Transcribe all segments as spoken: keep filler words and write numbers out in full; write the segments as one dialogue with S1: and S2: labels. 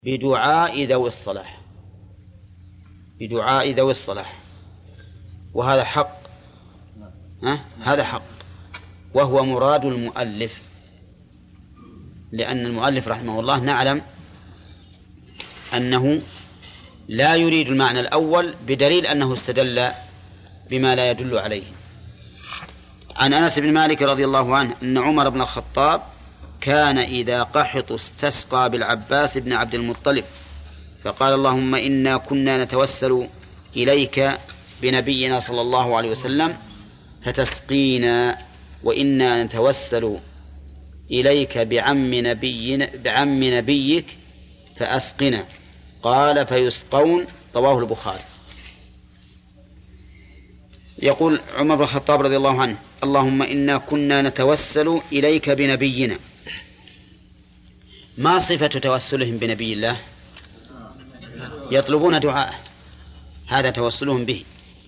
S1: بدعاء ذوي الصلاح بدعاء ذوي الصلاح وهذا حق ها؟ هذا حق وهو مراد المؤلف، لأن المؤلف رحمه الله نعلم أنه لا يريد المعنى الأول بدليل أنه استدل بما لا يدل عليه. عن أنس بن مالك رضي الله عنه أن عمر بن الخطاب كان إذا قحط استسقى بالعباس بن عبد المطلب فقال اللهم إنا كنا نتوسل إليك بنبينا صلى الله عليه وسلم فتسقينا، وإنا نتوسل إليك بعم نبينا بعم نبيك فأسقنا. قال فيسقون، رواه البخاري. يقول عمر بن الخطاب رضي الله عنه اللهم إنا كنا نتوسل إليك بنبينا. ما صفة توسلهم بنبي الله؟ يطلبون دعاءه، هذا توسلهم به،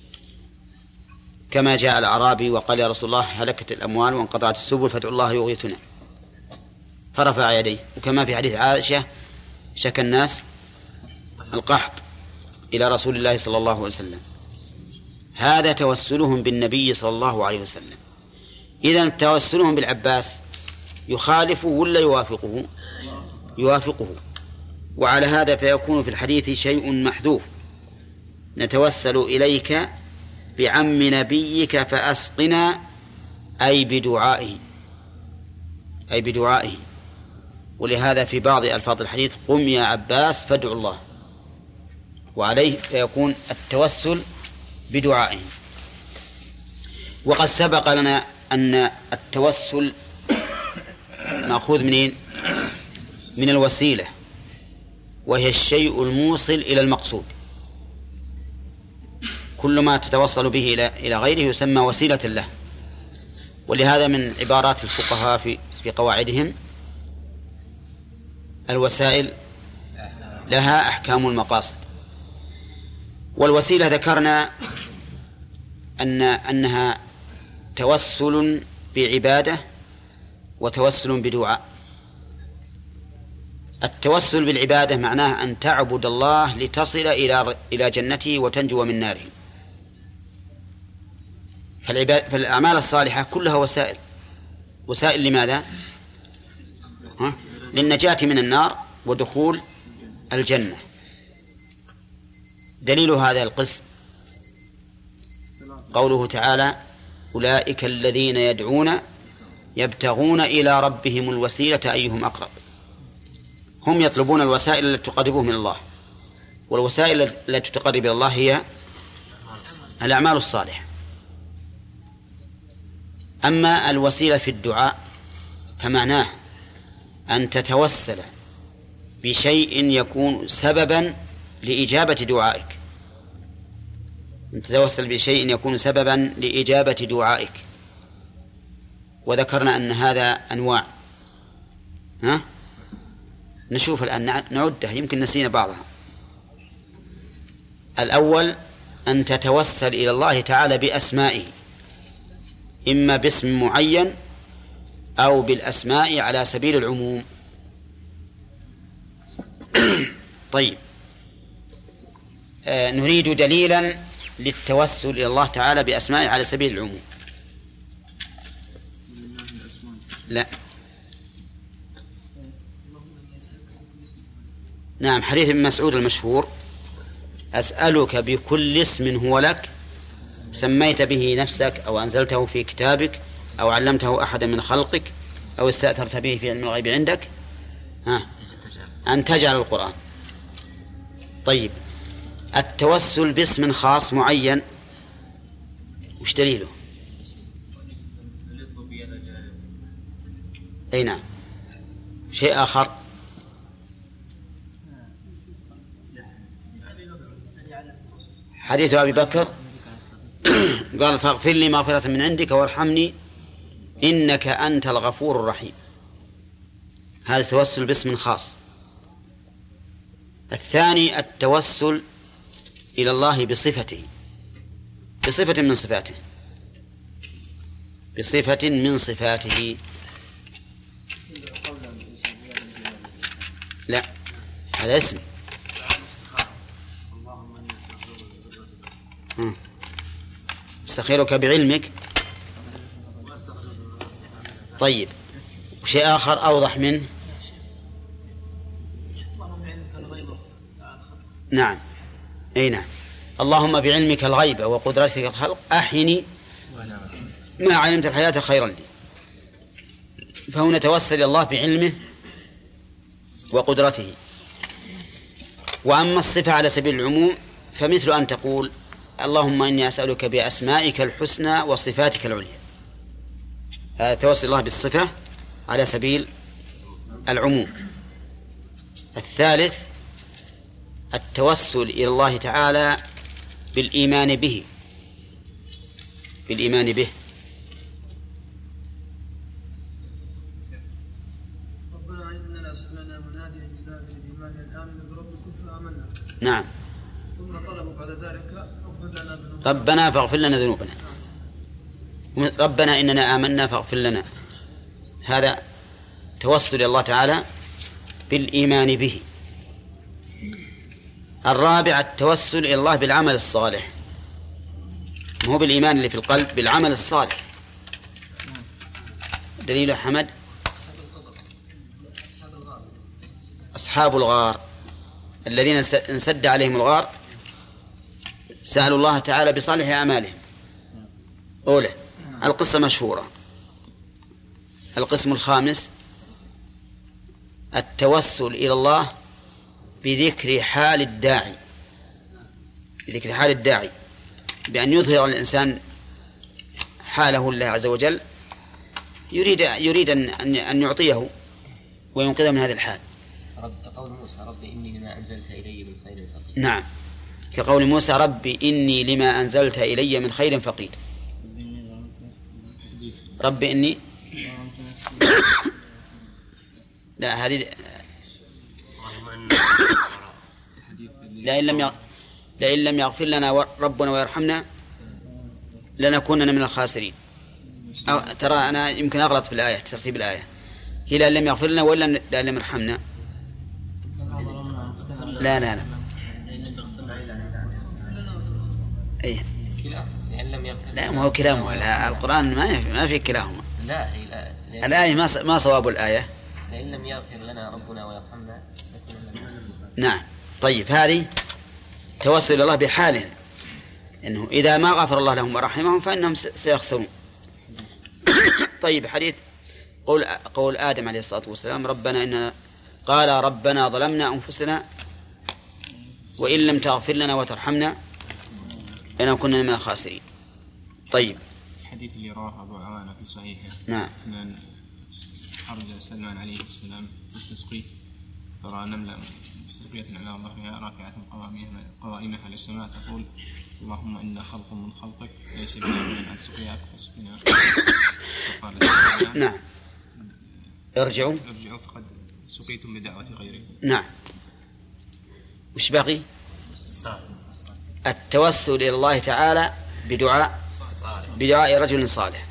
S1: كما جاء الأعرابي وقال يا رسول الله هلكت الأموال وانقطعت السبل فادعوا الله يغيثنا، فرفع يديه. وكما في حديث عائشة شكى الناس القحط إلى رسول الله صلى الله عليه وسلم. هذا توسلهم بالنبي صلى الله عليه وسلم. إذن توسلهم بالعباس يخالفه ولا يوافقه؟ يوافقه. وعلى هذا فيكون في الحديث شيء محذوف، نتوسل إليك بعم نبيك فأسقنا، أي بدعائه أي بدعائه ولهذا في بعض ألفاظ الحديث قم يا عباس فادعوا الله، وعليه فيكون التوسل بدعائه. وقد سبق لنا أن التوسل مأخوذ منين؟ من الوسيلة، وهي الشيء الموصل إلى المقصود. كل ما تتوصل به إلى غيره يسمى وسيلة له. ولهذا من عبارات الفقهاء في في قواعدهم الوسائل لها أحكام المقاصد. والوسيلة ذكرنا أن أنها توسل بعبادة وتوسل بدعاء. التوسل بالعبادة معناه أن تعبد الله لتصل إلى إلى جنته وتنجو من ناره. فالأعمال الصالحة كلها وسائل. وسائل لماذا؟ ها؟ للنجاة من النار ودخول الجنة. دليل هذا القسم قوله تعالى أولئك الذين يدعون يبتغون إلى ربهم الوسيلة أيهم أقرب. هم يطلبون الوسائل التي تقربهم من الله، والوسائل التي تقرب إلى الله هي الأعمال الصالحة. أما الوسيلة في الدعاء فمعناه أن تتوسل بشيء يكون سببا لإجابة دعائك، أن تتوسل بشيء يكون سببا لإجابة دعائك. وذكرنا أن هذا أنواع. ها؟ نشوف الآن نعدها، يمكن نسينا بعضها. الأول أن تتوسل إلى الله تعالى بأسمائه، إما باسم معين أو بالأسماء على سبيل العموم. طيب، آه نريد دليلا للتوسل إلى الله تعالى بأسمائه على سبيل العموم. لا، نعم، حديث ابن مسعود المشهور أسألك بكل اسم هو لك سميت به نفسك أو أنزلته في كتابك أو علمته أحدا من خلقك أو استأثرت به في علم الغيب عندك ها أن تجعل القرآن. طيب، التوسل باسم خاص معين وش دليله؟ أي نعم. شيء آخر حديث أبي بكر قال فاغفر لي مغفرة من عندك وارحمني إنك أنت الغفور الرحيم. هذا التوسل باسم خاص. الثاني التوسل إلى الله بصفته، بصفة من صفاته بصفة من صفاته لا، هذا اسم. استخيرك بعلمك. طيب، وشيء آخر أوضح منه. نعم، أي نعم. اللهم بعلمك الغيب وقدرتك الخلق أحيني ما علمت الحياة خيرا لي. فهنا توسل إلى الله بعلمه وقدرته. وأما الصفة على سبيل العموم فمثل أن تقول اللهم إني أسألك بأسمائك الحسنى وصفاتك العليا. هذا توسل الله بالصفة على سبيل العموم. الثالث التوسل إلى الله تعالى بالإيمان به بالإيمان به
S2: ربنا إننا سمعنا مناديا ينادي بالإيمان أن آمنوا بربكم فآمنا.
S1: نعم.
S2: ثم طلبوا بعد ذلك اغفر لنا ذنوبنا.
S1: ربنا فاغفر لنا ذنوبنا. ربنا إننا آمنا فاغفر لنا. هذا توسل إلى الله تعالى بالإيمان به. الرابع التوسل إلى الله بالعمل الصالح، مو بالإيمان اللي في القلب، بالعمل الصالح. دليل حمد أصحاب الغار الذين انسد عليهم الغار سألوا الله تعالى بصالح أعمالهم. أولى القصة مشهورة. القسم الخامس التوسل إلى الله بذكر حال الداعي بذكر حال الداعي بأن يظهر الإنسان حاله لله عز وجل، يريد يريد أن أن يعطيه وينقذه من هذه الحال.
S3: رب قول موسى رب إني لما أنزلت إلي من خير فقير.
S1: نعم، كقول موسى رب إني لما أنزلت إلي من خير فقير. رب إني لا هذه لئن لم لئن لم يغفر لنا ربنا ويرحمنا لنكونن من الخاسرين. أو ترى أنا يمكن أغلط في الآية ترتيب الآية. هي لئن لم يغفر لنا ولا لئن لم يرحمنا؟ لا لا لا أي لا ما هو كلاهما. لا القرآن ما ما في كلاهما.
S3: لا هي لا
S1: الآية ما ما صواب الآية.
S3: لئن لم يغفر لنا ربنا ويرحمنا.
S1: نعم. طيب هذه توسل الله بحالهم إنه إذا ما غفر الله لهم ورحمهم فإنهم سيخسرون. طيب حديث قول قول آدم عليه الصلاة والسلام ربنا إن قال ربنا ظلمنا أنفسنا وإن لم تغفر لنا وترحمنا لنكون من الخاسرين. طيب
S4: الحديث اللي رواه أبو عوانة في صحيحه.
S1: نعم.
S4: أن خرج سلمان عليه السلام يستسقي فرأى نملة مستلقية على ظهرها رافعة قوائمها على السماء تقول اللهم إنا خلق من خلقك ليس بنا عن سقياك فاسقنا.
S1: نعم. ارجعوا
S4: ارجعوا فقد سقيتم بدعوة غيره.
S1: نعم. وش باقي؟ التوسل إلى الله تعالى بدعاء بدعاء رجل صالح.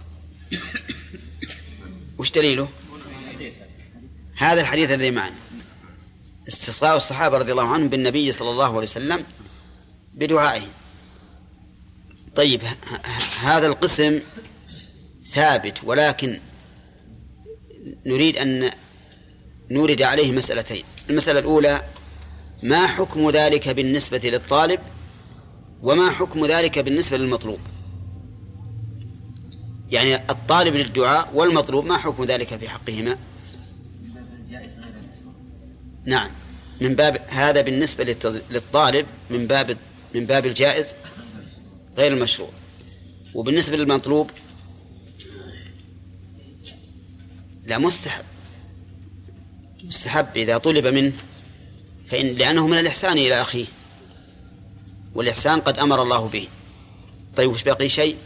S1: وش دليله؟ هذا الحديث الذي معنا استسقاء الصحابة رضي الله عنهم بالنبي صلى الله عليه وسلم بدعائه. طيب هذا القسم ثابت، ولكن نريد أن نورد عليه مسألتين. المسألة الأولى ما حكم ذلك بالنسبة للطالب وما حكم ذلك بالنسبة للمطلوب؟ يعني الطالب للدعاء والمطلوب ما حكم ذلك في حقهما؟ نعم، من باب هذا بالنسبة للطالب من باب من باب الجائز غير المشروع، وبالنسبة للمطلوب لا مستحب. مستحب إذا طلب منه فإن لأنه من الإحسان إلى أخيه، والإحسان قد أمر الله به. طيب وش باقي شيء؟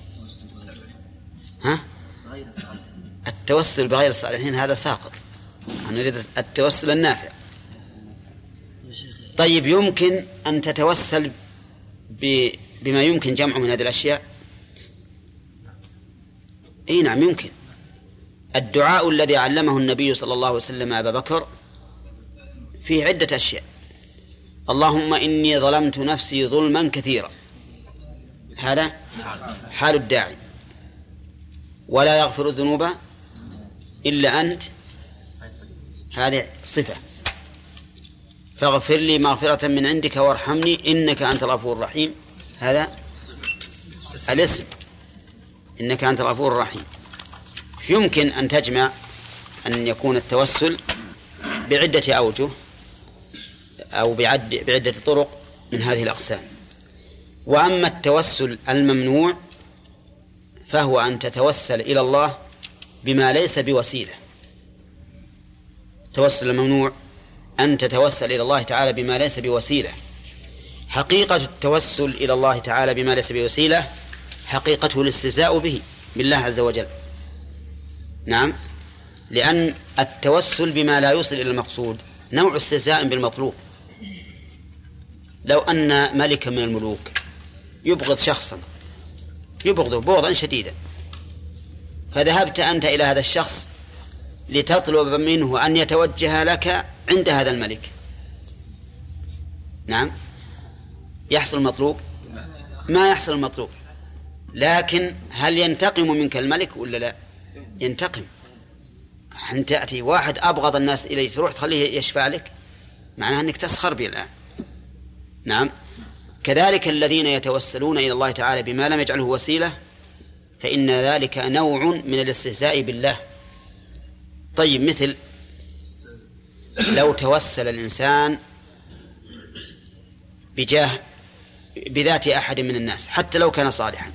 S1: ها؟ التوسل بغير الصالحين هذا ساقط. نريد التوسل النافع. طيب يمكن أن تتوسل بما يمكن جمعه من هذه الأشياء؟ أي نعم يمكن. الدعاء الذي علمه النبي صلى الله عليه وسلم أبا بكر فيه عدة أشياء. اللهم إني ظلمت نفسي ظلما كثيرا، هذا حال الداعي، ولا يغفر الذنوب إلا أنت، هذه صفة، فاغفر لي مغفرة من عندك وارحمني إنك أنت الغفور الرحيم، هذا الاسم، إنك أنت الغفور الرحيم. يمكن أن تجمع أن يكون التوسل بعدة أوجه أو بعد بعدة طرق من هذه الأقسام. وأما التوسل الممنوع فهو أن تتوسل إلى الله بما ليس بوسيلة. التوسل الممنوع أن تتوسل إلى الله تعالى بما ليس بوسيلة. حقيقة التوسل إلى الله تعالى بما ليس بوسيلة حقيقته الاستهزاء به بالله عز وجل. نعم، لأن التوسل بما لا يوصل إلى المقصود نوع استهزاء بالمطلوب. لو أن ملكا من الملوك يبغض شخصا، يبغضه بغضا شديدا، فذهبت أنت إلى هذا الشخص لتطلب منه أن يتوجه لك عند هذا الملك، نعم، يحصل المطلوب؟ ما يحصل المطلوب. لكن هل ينتقم منك الملك ولا لا؟ ينتقم. أن تأتي واحد أبغض الناس إليه تروح تخليه يشفع لك، معناها أنك تسخر به الآن. نعم، كذلك الذين يتوسلون إلى الله تعالى بما لم يجعله وسيلة فإن ذلك نوع من الاستهزاء بالله. طيب، مثل لو توسل الإنسان بجاه بذات أحد من الناس حتى لو كان صالحا،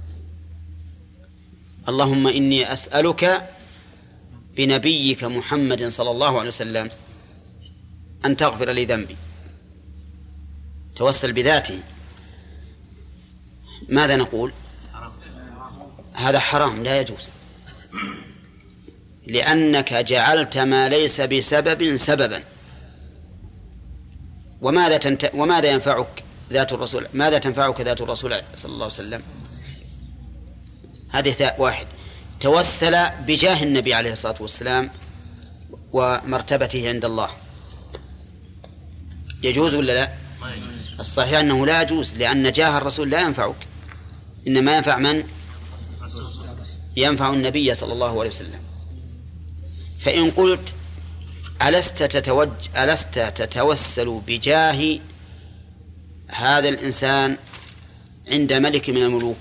S1: اللهم إني أسألك بنبيك محمد صلى الله عليه وسلم أن تغفر لي ذنبي، توسل بذاته، ماذا نقول؟ هذا حرام، لا يجوز، لأنك جعلت ما ليس بسبب سببا. وماذا, تنت... وماذا ينفعك ذات الرسول؟ ماذا تنفعك ذات الرسول صلى الله عليه وسلم؟ هذه واحد توسل بجاه النبي عليه الصلاة والسلام ومرتبته عند الله، يجوز ولا لا؟ الصحيح أنه لا يجوز، لأن جاه الرسول لا ينفعك، إنما ينفع من؟ ينفع النبي صلى الله عليه وسلم. فإن قلت ألست, تتوج... ألست تتوسل بجاه هذا الإنسان عند ملك من الملوك؟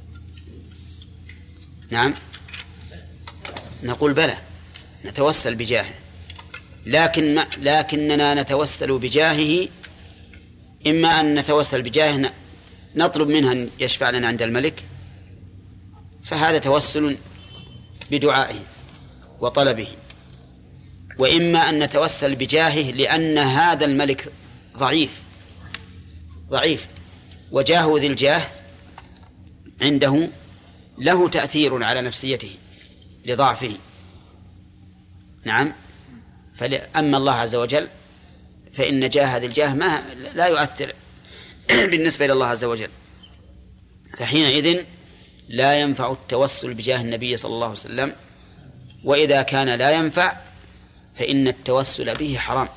S1: نعم، نقول بلى، نتوسل بجاهه، لكن ما... لكننا نتوسل بجاهه، إما أن نتوسل بجاهه نطلب منها أن يشفع لنا عند الملك، فهذا توسل بدعائه وطلبه، وإما أن نتوسل بجاهه لأن هذا الملك ضعيف ضعيف وجاهه ذي الجاه عنده له تأثير على نفسيته لضعفه. نعم، فأما الله عز وجل فإن جاه ذي الجاه ما لا يؤثر بالنسبة إلى الله عز وجل، فحينئذ لا ينفع التوسل بجاه النبي صلى الله عليه وسلم، وإذا كان لا ينفع فإن التوسل به حرام.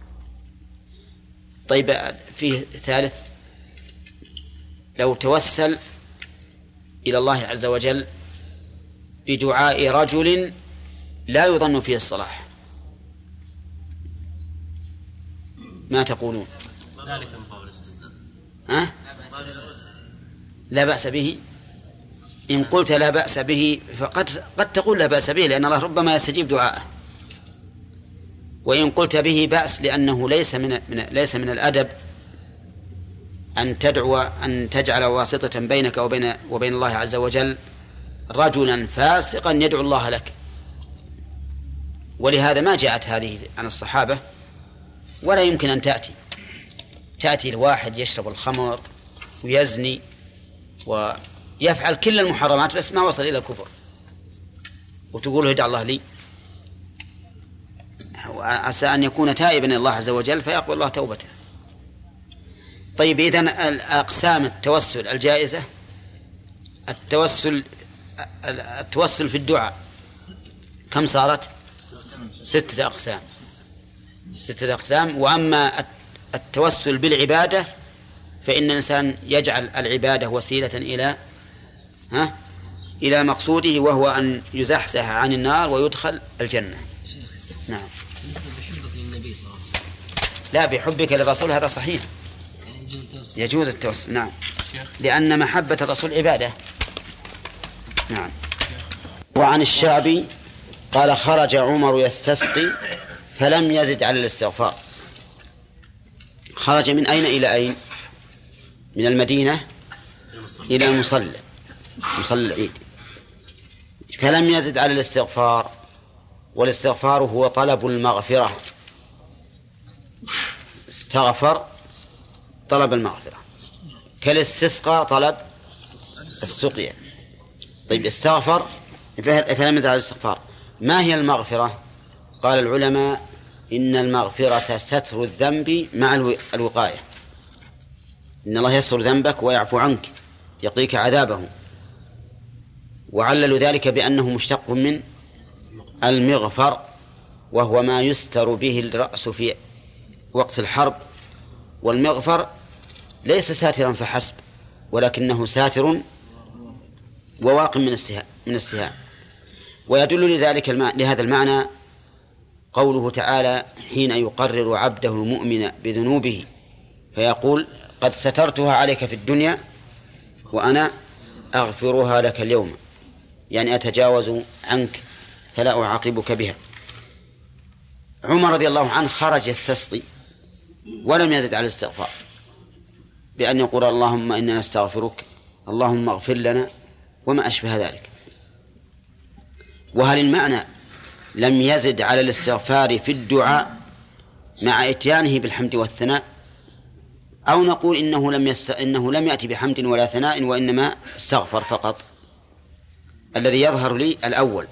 S1: طيب، فيه ثالث، لو توسل إلى الله عز وجل بدعاء رجل لا يظن فيه الصلاح، ما تقولون؟
S3: ذلك من باب الاستهزاء.
S1: أه؟ لا بأس به. إن قلت لا بأس به فقد قد تقول لا بأس به، لأن الله ربما يستجيب دعاءه. وإن قلت به بأس لأنه ليس من, من ليس من الأدب أن تدعو أن تجعل واسطة بينك وبين وبين الله عز وجل رجلا فاسقا يدعو الله لك. ولهذا ما جاءت هذه عن الصحابة، ولا يمكن أن تأتي تأتي الواحد يشرب الخمر ويزني ويفعل كل المحرمات بس ما وصل إلى الكفر وتقول ادع الله لي، وعسى أن يكون تائبا إلى الله عز وجل فيقبل الله توبته. طيب، إذن الأقسام التوسل الجائزة، التوسل التوسل في الدعاء كم صارت؟ ستة أقسام. ستة أقسام. وأما التوسل بالعبادة فإن الإنسان يجعل العبادة وسيلة إلى ها إلى مقصوده، وهو أن يزحزح عن النار ويدخل الجنة. نعم.
S3: بالنسبة بحبك للنبي صلى الله عليه وسلم،
S1: لا، بحبك للرسول هذا صحيح، يجوز التوسل. نعم، لأن محبة الرسول عبادة. نعم. وعن الشعبي قال: خرج عمر يستسقي فلم يزد على الاستغفار. خرج من أين إلى أين؟ من المدينة إلى المصلى، مصلى العيد، فلم يزد على الاستغفار. والاستغفار هو طلب المغفرة، استغفر طلب المغفرة، كالاستسقى طلب السقيا. طيب، استغفر فلم يزد على الاستغفار. ما هي المغفرة؟ قال العلماء: إن المغفرة ستر الذنب مع الوقاية. إن الله يستر ذنبك ويعفو عنك، يقيك عذابه. وعللوا ذلك بأنه مشتق من المغفر، وهو ما يستر به الرأس في وقت الحرب. والمغفر ليس ساترا فحسب، ولكنه ساتر وواق من من السهام. ويدل لذلك لهذا المعنى قوله تعالى حين يقرر عبده المؤمن بذنوبه فيقول: قد سترتها عليك في الدنيا وأنا أغفرها لك اليوم، يعني أتجاوز عنك فلا أعاقبك بها. عمر رضي الله عنه خرج يستسقي ولم يزد على الاستغفار، بأن يقول: اللهم إنا نستغفرك، اللهم اغفر لنا، وما أشبه ذلك. وهل المعنى لم يزد على الاستغفار في الدعاء مع إتيانه بالحمد والثناء، أو نقول إنه لم, يست... إنه لم يأتي بحمد ولا ثناء وإنما استغفر فقط؟ الذي يظهر لي الأول،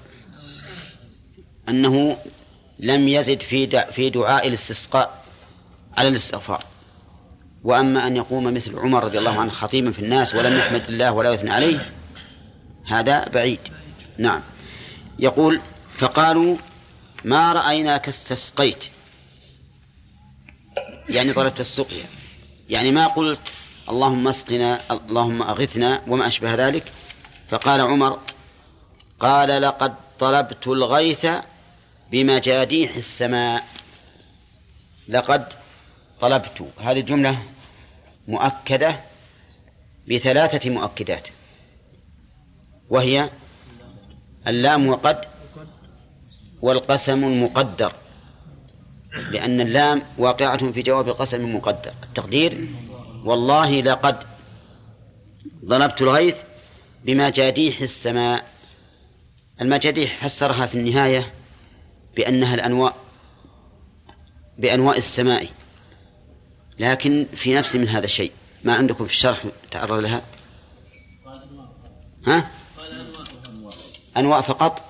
S1: أنه لم يزد في, دع... في دعاء الاستسقاء على الاستغفار. وأما أن يقوم مثل عمر رضي الله عنه خطيبا في الناس ولم يحمد الله ولا يثنى عليه، هذا بعيد. نعم. يقول: فقالوا: ما رأيناك استسقيت، يعني طلبت السقيا، يعني ما قلت اللهم اسقنا، اللهم أغثنا، وما أشبه ذلك. فقال عمر: قال: لقد طلبت الغيث بمجاديح السماء. لقد طلبت، هذه الجملة مؤكدة بثلاثة مؤكدات، وهي اللام وقد والقسم المقدر، لأن اللام واقعة في جواب القسم المقدر. التقدير: والله لقد ضربت الغيث بمجاديح السماء. المجاديح فسرها في النهاية بأنها الأنواء، بأنواء السماء، لكن في نفس من هذا الشيء. ما عندكم في الشرح تعرض لها؟ ها؟ أنواء فقط.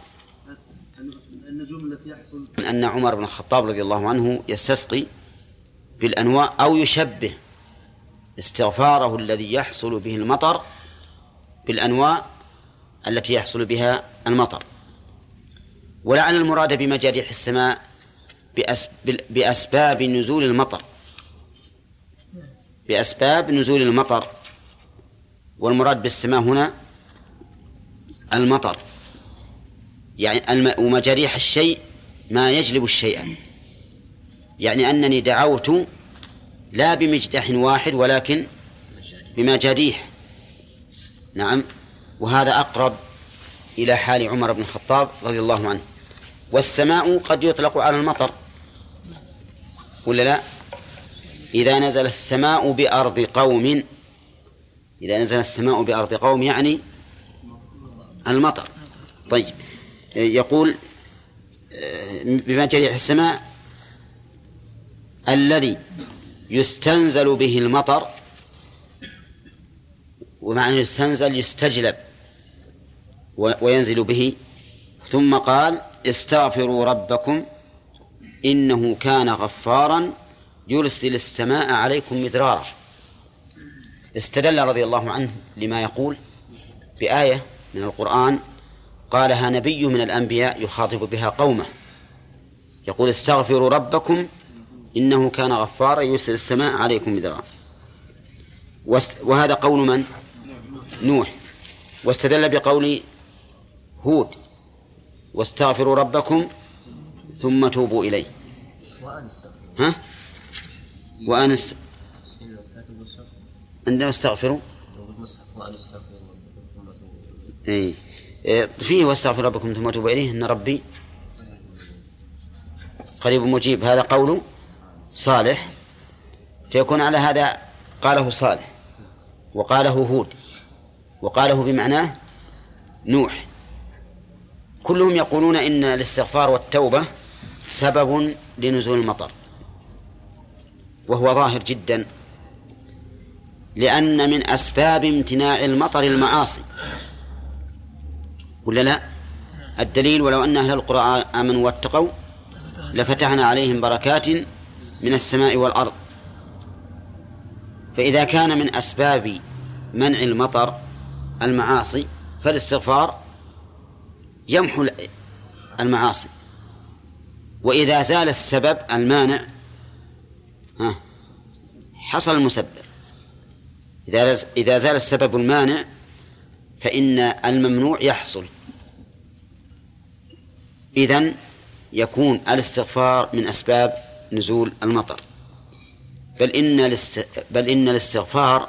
S1: أن عمر بن الخطاب رضي الله عنه يستسقي بالأنواء، أو يشبه استغفاره الذي يحصل به المطر بالأنواء التي يحصل بها المطر. ولعل المراد بمجاريح السماء بأسباب نزول المطر، بأسباب نزول المطر، والمراد بالسماء هنا المطر، يعني ومجاريح الشيء ما يجلب الشيء، يعني أنني دعوت لا بمجدح واحد ولكن بمجاديح. نعم. وهذا أقرب إلى حال عمر بن الخطاب رضي الله عنه. والسماء قد يطلق على المطر ولا لا؟ إذا نزل السماء بأرض قوم، إذا نزل السماء بأرض قوم يعني المطر. طيب، يقول بمجاريح السماء الذي يستنزل به المطر، ومعنى يستنزل يستجلب وينزل به. ثم قال: استغفروا ربكم إنه كان غفارا يرسل السماء عليكم مدرارا. استدل رضي الله عنه لما يقول بآية من القرآن قالها نبي من الأنبياء يخاطب بها قومه، يقول: استغفروا ربكم إنه كان غفارا يرسل السماء عليكم مدرارا. وهذا قول من؟ نوح. واستدل بقول هود واستغفروا ربكم ثم توبوا إليه. ها؟ وأن است... عندما استغفروا إيه. فيه واستغفر ربكم ثم توبوا إليه إن ربي قريب مجيب. هذا قول صالح، فيكون على هذا قاله صالح وقاله هود وقاله بمعناه نوح، كلهم يقولون إن الاستغفار والتوبة سبب لنزول المطر، وهو ظاهر جدا، لأن من أسباب امتناع المطر المعاصي، ولا لا؟ الدليل ولو أن أهل القرى آمنوا واتقوا لفتحنا عليهم بركات من السماء والأرض. فإذا كان من أسباب منع المطر المعاصي فالاستغفار يمحو المعاصي، وإذا زال السبب المانع ها حصل المسبب. إذا زال السبب المانع فإن الممنوع يحصل. إذن يكون الاستغفار من أسباب نزول المطر. بل إن الاست... بل إن الاستغفار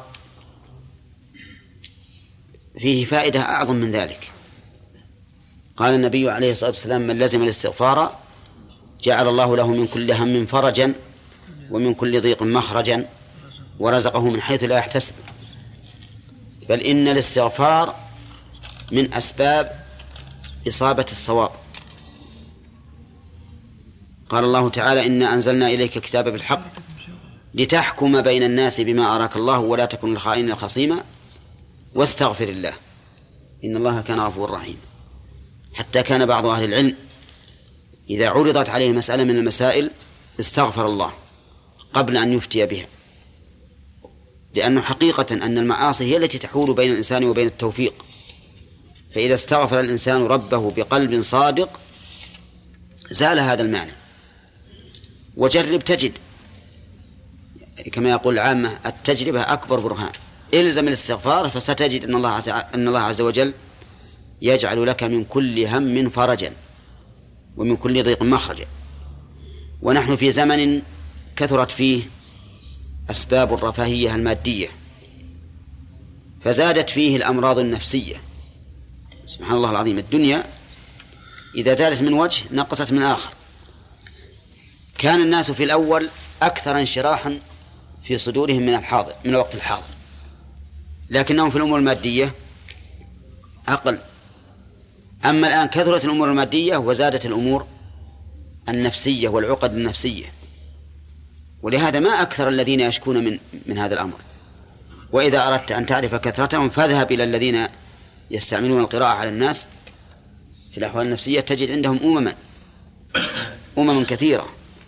S1: فيه فائدة أعظم من ذلك. قال النبي عليه الصلاة والسلام: من لزم الاستغفار جعل الله له من كل هم فرجا ومن كل ضيق مخرجا ورزقه من حيث لا يحتسب. بل إن الاستغفار من أسباب إصابة الصواب. قال الله تعالى: إنا أنزلنا إليك الكتاب بالحق لتحكم بين الناس بما أراك الله ولا تكن للخائنين خصيما واستغفر الله إن الله كان غفورا رحيما. حتى كان بعض أهل العلم إذا عرضت عليه مسألة من المسائل استغفر الله قبل أن يفتي بها، لأنه حقيقة أن المعاصي هي التي تحول بين الإنسان وبين التوفيق. فإذا استغفر الإنسان ربه بقلب صادق زال هذا المعنى. وجرب تجد، كما يقول العامة: التجربة أكبر برهان. إلزم الاستغفار فستجد أن الله أن الله عز وجل يجعل لك من كل هم فرجا ومن كل ضيق مخرجا. ونحن في زمن كثرت فيه أسباب الرفاهية المادية، فزادت فيه الأمراض النفسية. سبحان الله العظيم، الدنيا إذا زادت من وجه نقصت من آخر. كان الناس في الأول أكثر انشراحا في صدورهم من الحاضر من الوقت الحاضر، لكنهم في الأمور المادية أقل. أما الآن كثرت الأمور المادية وزادت الأمور النفسية والعقد النفسية، ولهذا ما أكثر الذين يشكون من من هذا الأمر. وإذا أردت أن تعرف كثرتهم فاذهب إلى الذين يستعملون القراءة على الناس في الأحوال النفسية، تجد عندهم أمما أمم كثيرة.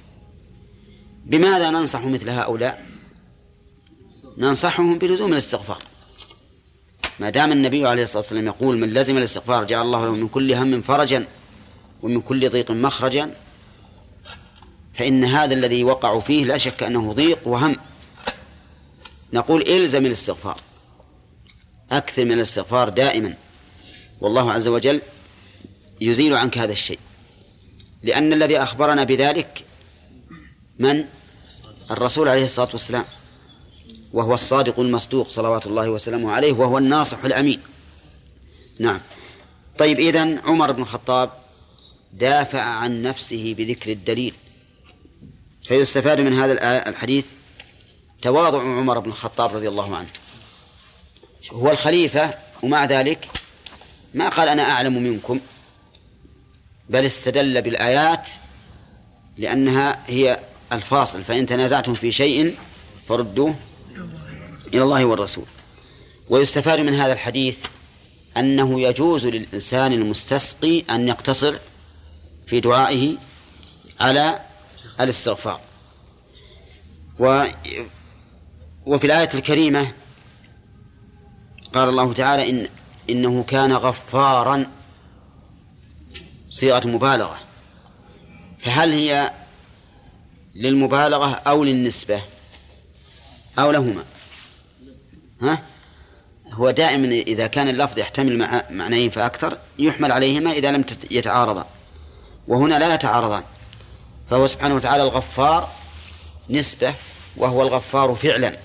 S1: بماذا ننصح مثل هؤلاء؟ ننصحهم بلزوم الاستغفار. ما دام النبي عليه الصلاة والسلام يقول: من لزم الاستغفار جعل الله له من كل هم فرجا ومن كل ضيق مخرجا، فإن هذا الذي وقعوا فيه لا شك أنه ضيق وهم. نقول: إلزم الاستغفار، أكثر من الاستغفار دائما، والله عز وجل يزيل عنك هذا الشيء. لأن الذي أخبرنا بذلك من؟ الرسول عليه الصلاة والسلام، وهو الصادق المصدوق صلوات الله وسلامه عليه، وهو الناصح الأمين. نعم. طيب، إذن عمر بن الخطاب دافع عن نفسه بذكر الدليل، فيستفاد من هذا الحديث تواضع عمر بن الخطاب رضي الله عنه. هو الخليفة ومع ذلك ما قال: أنا أعلم منكم، بل استدل بالآيات لأنها هي الفاصل: فإن تنازعتم في شيء فردوه إلى الله والرسول. ويستفاد من هذا الحديث أنه يجوز للإنسان المستسقي أن يقتصر في دعائه على الاستغفار. و وفي الآية الكريمة قال الله تعالى: إن إنه كان غفارا، صيغة مبالغة. فهل هي للمبالغة أو للنسبة أو لهما؟ ها؟ هو دائما إذا كان اللفظ يحتمل معنيين فأكثر يحمل عليهما إذا لم يتعارضا، وهنا لا يتعارضان. فهو سبحانه وتعالى الغفار نسبة، وهو الغفار فعلا،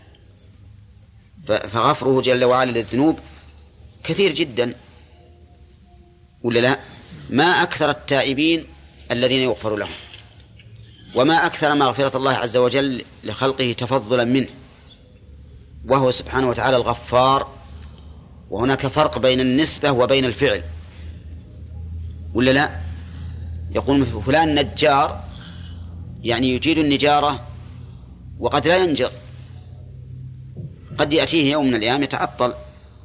S1: فغفره جل وعلا للذنوب كثير جدا، ولا لا؟ ما أكثر التائبين الذين يغفر لهم، وما أكثر مغفرة الله عز وجل لخلقه تفضلا منه، وهو سبحانه وتعالى الغفار. وهناك فرق بين النسبة وبين الفعل، ولا لا؟ يقول فلان نجار، يعني يجيد النجارة وقد لا ينجر، قد يأتيه يوم من الأيام يتعطل.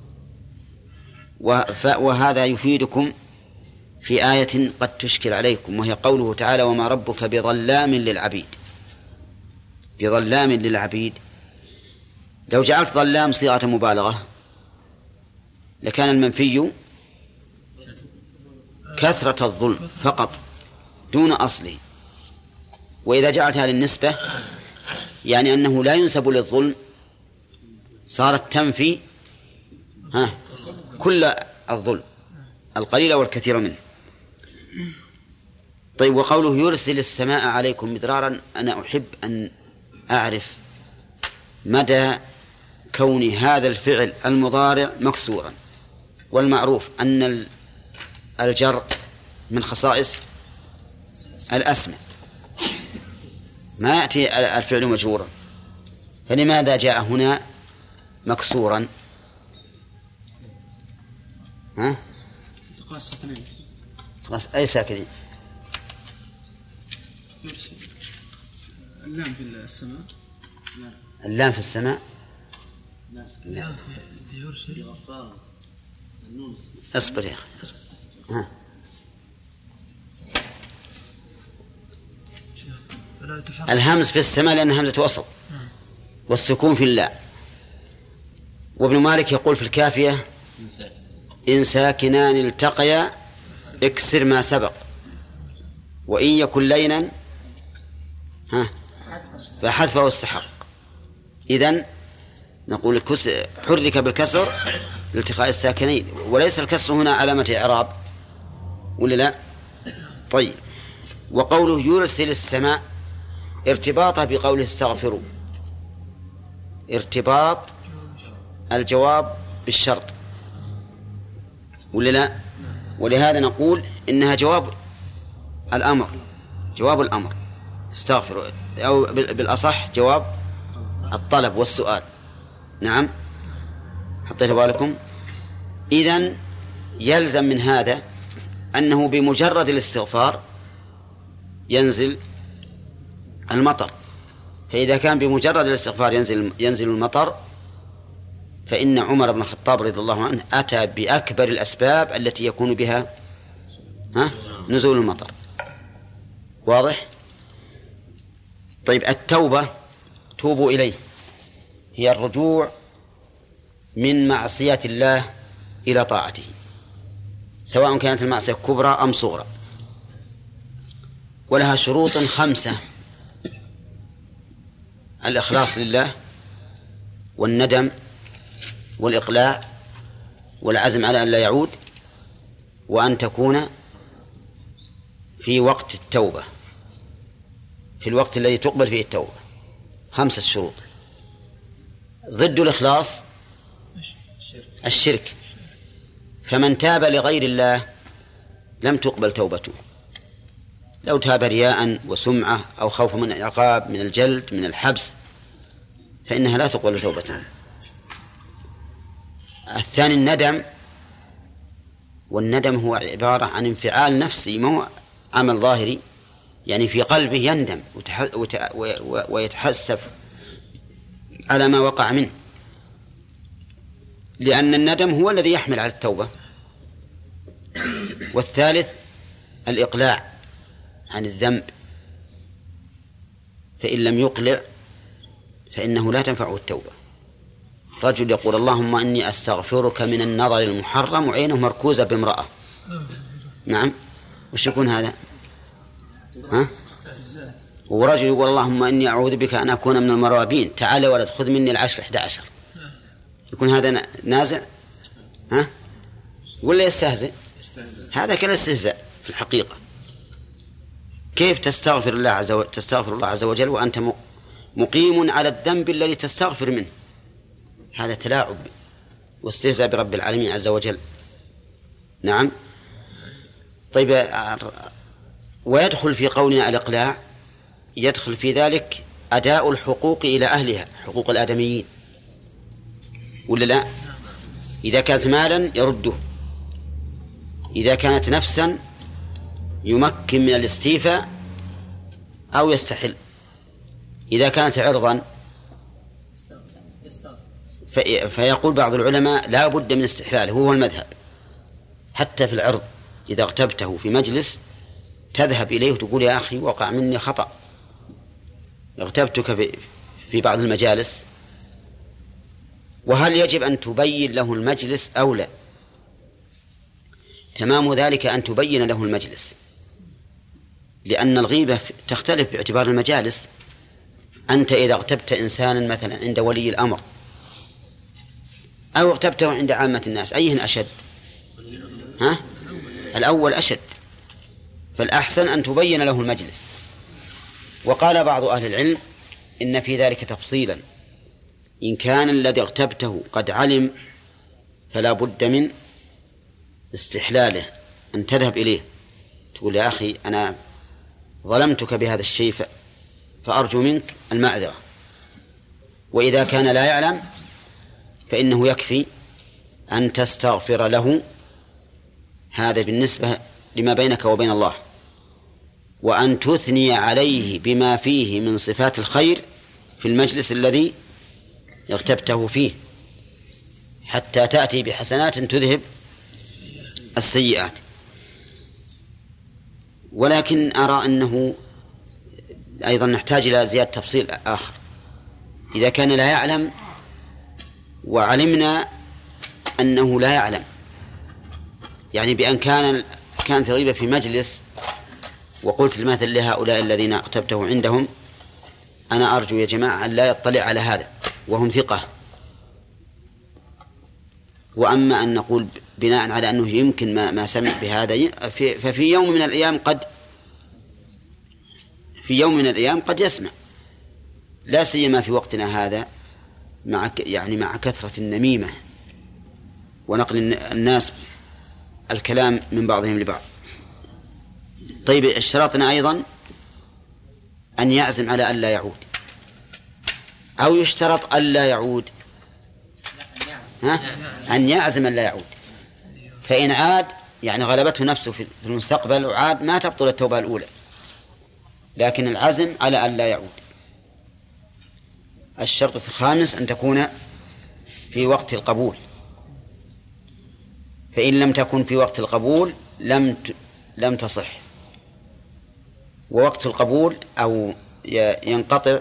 S1: وهذا يفيدكم في آية قد تشكل عليكم، وهي قوله تعالى وما ربك بظلام للعبيد. بظلام للعبيد، لو جعلت ظلام صيغة مبالغة لكان المنفي كثرة الظلم فقط دون أصله، وإذا جعلتها للنسبة يعني أنه لا ينسب للظلم صارت تنفي ها كل الظلم القليل والكثير منه. طيب، وقوله يرسل السماء عليكم مدرارا، أنا أحب أن أعرف مدى كون هذا الفعل المضارع مكسورا، والمعروف أن الجر من خصائص الأسماء، ما يأتي الفعل مجرورا، فلماذا جاء هنا مكسورا؟ ها؟ خلاص، أي ساكنين؟
S2: اللام في السماء.
S1: اللام في السماء.
S2: لا في يرسل.
S1: اصبر يا أخي. ها. الهمز في السماء لأن همزة وصل، والسكون في اللام. وابن مالك يقول في الكافية إن ساكنان التقيا اكسر ما سبق، وإن يكن لينا ها فحذفه استحق. إذن نقول حرك بالكسر لالتقاء الساكنين، وليس الكسر هنا علامة إعراب، ولا لا؟ طيب، وقوله يرسل السماء ارتباطه بقوله استغفروا، ارتباط الجواب بالشرط، ولا لا؟ ولهذا نقول إنها جواب الأمر، جواب الأمر استغفروا، أو بالأصح جواب الطلب والسؤال. نعم، حطيت بالكم. إذن يلزم من هذا أنه بمجرد الاستغفار ينزل المطر، فإذا كان بمجرد الاستغفار ينزل ينزل المطر، فإن عمر بن الخطاب رضي الله عنه أتى بأكبر الأسباب التي يكون بها ها نزول المطر. واضح؟ طيب، التوبة توبوا إليه هي الرجوع من معصية الله إلى طاعته، سواء كانت المعصية كبرى أم صغرى، ولها شروط خمسة: الإخلاص لله، والندم، والإقلاع، والعزم على أن لا يعود، وأن تكون في وقت التوبة، في الوقت الذي تقبل فيه التوبة. خمسة شروط. ضد الإخلاص الشرك، فمن تاب لغير الله لم تقبل توبته، لو تاب رياء وسمعة أو خوف من العقاب، من الجلد، من الحبس، فإنها لا تقبل توبته. الثاني الندم، والندم هو عبارة عن انفعال نفسي، ما هو عمل ظاهري، يعني في قلبه يندم ويتحسف على ما وقع منه، لأن الندم هو الذي يحمل على التوبة. والثالث الإقلاع عن الذنب، فإن لم يقلع فإنه لا تنفعه التوبة. رجل يقول اللهم إني أستغفرك من النظر المحرم وعينه مركوزة بامرأة، نعم، وش يكون هذا؟ ها؟ ورجل يقول اللهم إني أعوذ بك أن أكون من المرابين، تعال يا ولد خذ مني العشر إحدى عشر، يكون هذا نازع ها ولا يستهزئ؟ هذا كان استهزاء في الحقيقة. كيف تستغفر الله عز وجل تستغفر الله عز وجل وأنت مقيم على الذنب الذي تستغفر منه؟ هذا تلاعب واستهزاء برب العالمين عز وجل. نعم. طيب، ويدخل في قولنا الإقلاع، يدخل في ذلك أداء الحقوق إلى أهلها، حقوق الآدميين، ولا لا؟ إذا كانت مالا يرده، إذا كانت نفسا يمكن من الاستيفاء أو يستحل، إذا كانت عرضا في فيقول بعض العلماء لا بد من استحلاله، هو المذهب. حتى في العرض إذا اغتبته في مجلس تذهب إليه وتقول يا أخي وقع مني خطأ، اغتبتك في بعض المجالس. وهل يجب أن تبين له المجلس أو لا؟ تمام ذلك أن تبين له المجلس، لأن الغيبة تختلف باعتبار المجالس. أنت إذا اغتبت إنسانا مثلا عند ولي الأمر أو اغتبته عند عامة الناس، أيهن أشد؟ ها؟ الأول أشد، فالأحسن أن تبين له المجلس. وقال بعض أهل العلم إن في ذلك تفصيلا، إن كان الذي اغتبته قد علم فلا بد من استحلاله، أن تذهب إليه تقول يا أخي أنا ظلمتك بهذا الشيء فأرجو منك المعذرة. وإذا كان لا يعلم فإنه يكفي أن تستغفر له، هذا بالنسبة لما بينك وبين الله، وأن تثني عليه بما فيه من صفات الخير في المجلس الذي اغتبته فيه، حتى تأتي بحسنات تذهب السيئات. ولكن أرى أنه أيضا نحتاج إلى زيادة تفصيل آخر. إذا كان لا يعلم وعلمنا أنه لا يعلم، يعني بأن كان كانت الغيبة في مجلس وقلت المثل لهؤلاء الذين اغتبته عندهم أنا أرجو يا جماعة أن لا يطلع على هذا وهم ثقة. وأما أن نقول بناء على أنه يمكن ما, ما سمع بهذا، ففي يوم من الأيام قد في يوم من الأيام قد يسمع، لا سيما في وقتنا هذا مع يعني مع كثرة النميمة ونقل الناس الكلام من بعضهم لبعض. طيب، اشترطنا أيضا أن يعزم على أن لا يعود، أو يشترط أن لا يعود؟ ها؟ أن يعزم أن لا يعود. فإن عاد يعني غلبته نفسه في المستقبل وعاد ما تبطل التوبة الأولى، لكن العزم على أن لا يعود. الشرط الخامس أن تكون في وقت القبول، فإن لم تكن في وقت القبول لم لم تصح. ووقت القبول أو ينقطع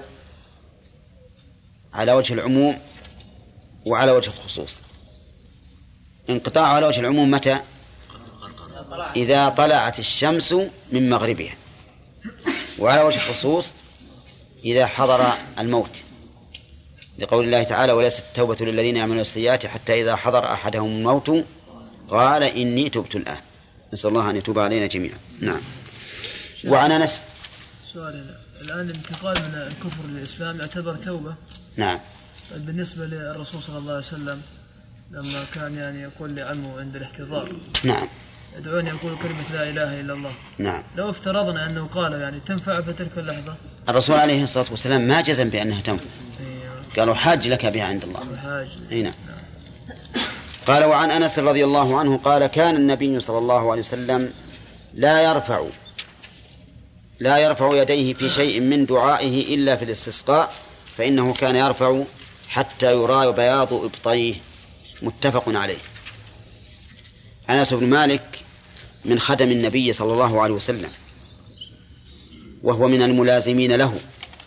S1: على وجه العموم وعلى وجه الخصوص. انقطاع على وجه العموم متى؟ إذا طلعت الشمس من مغربها. وعلى وجه الخصوص إذا حضر الموت، لقول الله تعالى وليست التوبة للذين يعملون السيئات حتى إذا حضر أحدهم الموت قال إني تبت الآن. نسأل الله أن يتوب علينا جميعا. نعم. وعن أنس
S2: سؤال، الآن الانتقال من الكفر للإسلام يعتبر توبة؟
S1: نعم.
S2: بالنسبة للرسول صلى الله عليه وسلم لما كان يعني يقول لعمه عند الاحتضار
S1: نعم
S2: يدعوني يقول كلمة لا إله إلا الله،
S1: نعم،
S2: لو افترضنا أنه قال يعني تنفع في تلك اللحظة؟
S1: الرسول عليه الصلاة والسلام ما جزم بأنها تنفع، قالوا حاج لك بها عند الله.
S2: حاج.
S1: نعم. قال وعن أنس رضي الله عنه قال كان النبي صلى الله عليه وسلم لا يرفع لا يرفع يديه في شيء من دعائه إلا في الاستسقاء، فإنه كان يرفع حتى يرى بياض إبطيه. متفق عليه. أنس بن مالك من خدم النبي صلى الله عليه وسلم، وهو من الملازمين له،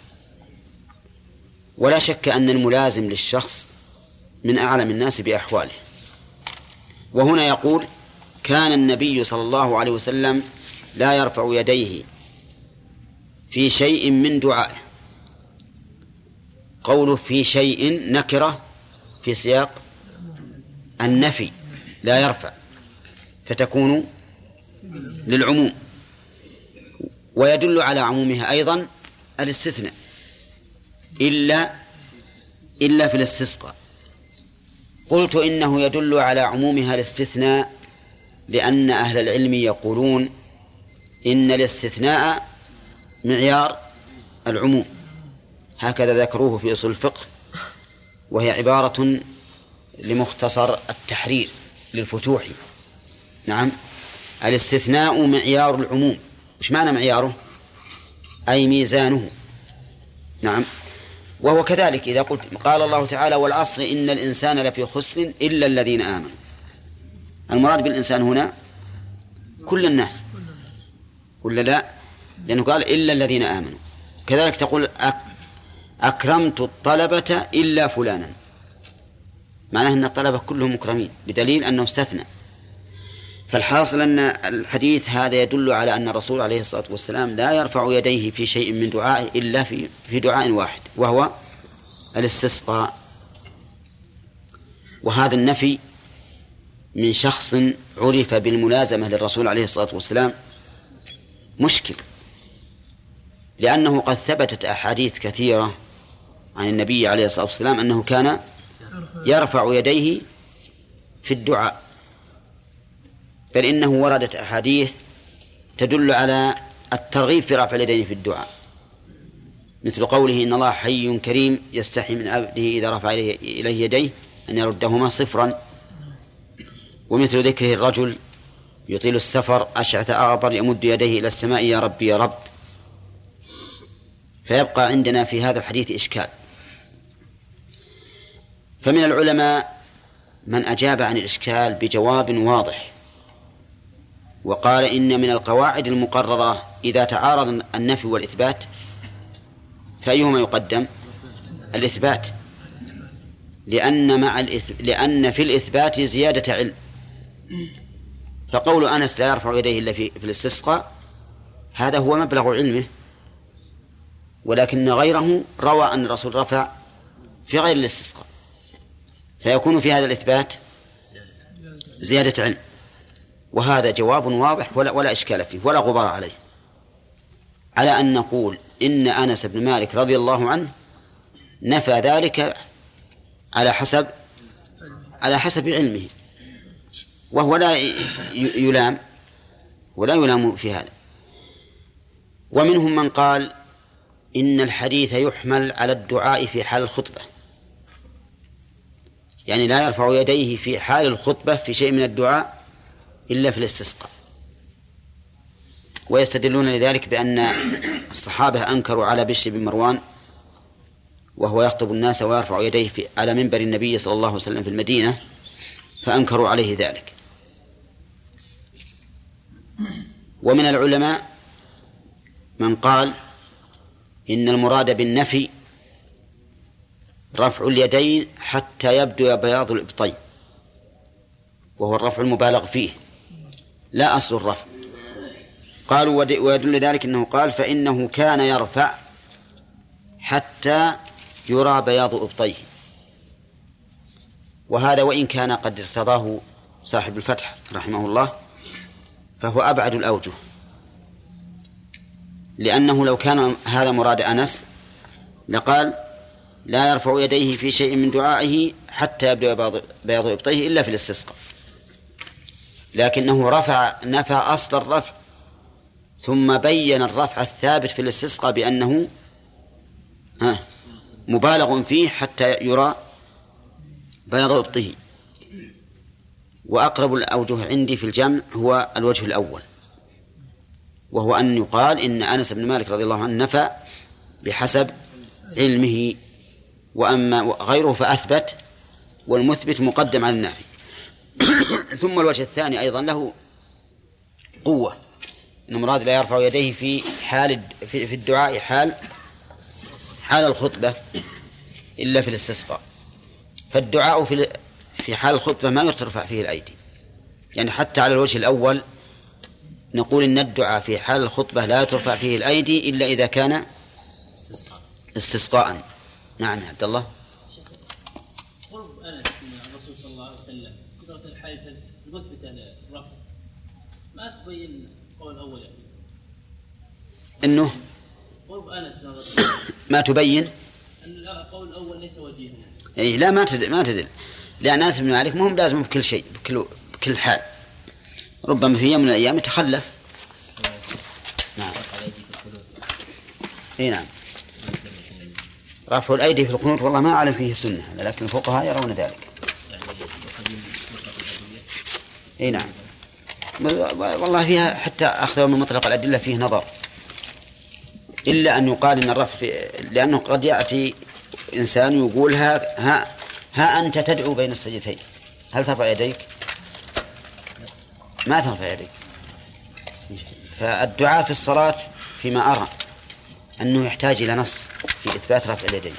S1: ولا شك أن الملازم للشخص من أعلم الناس بأحواله. وهنا يقول كان النبي صلى الله عليه وسلم لا يرفع يديه في شيء من دعائه. قوله في شيء نكرة في سياق النفي لا يرفع، فتكون للعموم. ويدل على عمومها أيضا الاستثناء إلا إلا في الاستسقاء. قلت إنه يدل على عمومها الاستثناء لأن أهل العلم يقولون إن الاستثناء معيار العموم، هكذا ذكروه في أصول الفقه، وهي عبارة لمختصر التحرير للفتوح. نعم، الاستثناء معيار العموم. وش معنى معياره؟ أي ميزانه. نعم، وهو كذلك إذا قلت قال الله تعالى والعصر إن الإنسان لفي خسر إلا الذين آمنوا، المراد بالإنسان هنا كل الناس ولا لا؟ لأنه قال إلا الذين آمنوا. كذلك تقول أكرمت الطلبة إلا فلانا، معناه أن الطلبة كلهم مكرمين بدليل أنه استثنى. فالحاصل أن الحديث هذا يدل على أن الرسول عليه الصلاة والسلام لا يرفع يديه في شيء من دعائه إلا في في دعاء واحد، وهو الاستسقاء. وهذا النفي من شخص عرف بالملازمة للرسول عليه الصلاة والسلام مشكل، لأنه قد ثبتت أحاديث كثيرة عن النبي عليه الصلاة والسلام أنه كان يرفع يديه في الدعاء، بل إنه وردت أحاديث تدل على الترغيب في رفع اليدين في الدعاء، مثل قوله إن الله حي كريم يستحي من عبده إذا رفع إليه يديه أن يردهما صفرا، ومثل ذكره الرجل يطيل السفر أشعث أغبر يمد يديه إلى السماء يا ربي يا رب. فيبقى عندنا في هذا الحديث إشكال. فمن العلماء من أجاب عن الإشكال بجواب واضح وقال إن من القواعد المقررة إذا تعارض النفي والإثبات فأيهما يقدم؟ الإثبات، لأن مع الإث... لأن في الإثبات زيادة علم. فقول أنس لا يرفع يديه إلا في... في الاستسقاء هذا هو مبلغ علمه، ولكن غيره روى أن الرسول رفع في غير الاستسقاء، فيكون في هذا الإثبات زيادة علم. وهذا جواب واضح ولا, ولا إشكال فيه ولا غبار عليه، على أن نقول إن أنس بن مالك رضي الله عنه نفى ذلك على حسب على حسب علمه، وهو لا يلام ولا يلام في هذا. ومنهم من قال إن الحديث يحمل على الدعاء في حال الخطبة، يعني لا يرفع يديه في حال الخطبة في شيء من الدعاء إلا في الاستسقاء. ويستدلون لذلك بأن الصحابة أنكروا على بشر بن مروان وهو يخطب الناس ويرفع يديه في على منبر النبي صلى الله عليه وسلم في المدينة، فأنكروا عليه ذلك. ومن العلماء من قال إن المراد بالنفي رفع اليدين حتى يبدو بياض الإبطين، وهو الرفع المبالغ فيه لا أصل الرفع. قالوا ويدل ذلك أنه قال فإنه كان يرفع حتى يرى بياض إبطيه، وهذا وإن كان قد ارتضاه صاحب الفتح رحمه الله فهو أبعد الأوجه، لأنه لو كان هذا مراد أنس لقال لا يرفع يديه في شيء من دعائه حتى يبدو بياض إبطيه إلا في الاستسقاء، لكنه رفع نفى أصل الرفع ثم بين الرفع الثابت في الاستسقاء بأنه ها مبالغ فيه حتى يرى بياض إبطه. وأقرب الأوجه عندي في الجمع هو الوجه الأول، وهو أن يقال إن أنس بن مالك رضي الله عنه نفى بحسب علمه، وأما غيره فأثبت، والمثبت مقدم على النافي. ثم الوجه الثاني أيضا له قوة، إن مراد لا يرفع يديه في حال في الدعاء حال حال الخطبة إلا في الاستسقاء. فالدعاء في في حال الخطبة ما يرفع فيه الأيدي، يعني حتى على الوجه الأول نقول إن الدعاء في حال الخطبة لا ترفع فيه الأيدي إلا إذا كان
S3: استسقاء.
S1: استسقاء. نعم عبد الله.
S5: قرب أنس من الرسول صلى الله عليه وسلم قدرة الحادثة المثبتة للرفع ما تبين قول الأول يعني.
S1: إنه
S5: قرب أنس من الرسول
S1: ما تبين
S5: أن القول الأول ليس وجيها.
S1: أي لا ما تدل ما تدل لأن أنس بن مالك مهم لازم بكل شيء بكل بكل حال، ربما في يوم من الأيام يتخلف. نعم. اي نعم. رفع الأيدي في القنوت والله ما أعلم فيه سنة، لكن الفقهاء يرون ذلك. اي نعم. والله فيها حتى أخذوا من مطلق الأدلة فيه نظر، إلا أن يقال إن الرفع في... لأنه قد يأتي إنسان يقول ها, ها, ها أنت تدعو بين السجدتين، هل ترفع يديك؟ ما ترفع يديك. فالدعاء في الصلاة فيما أرى أنه يحتاج إلى نص في إثبات رفع اليدين.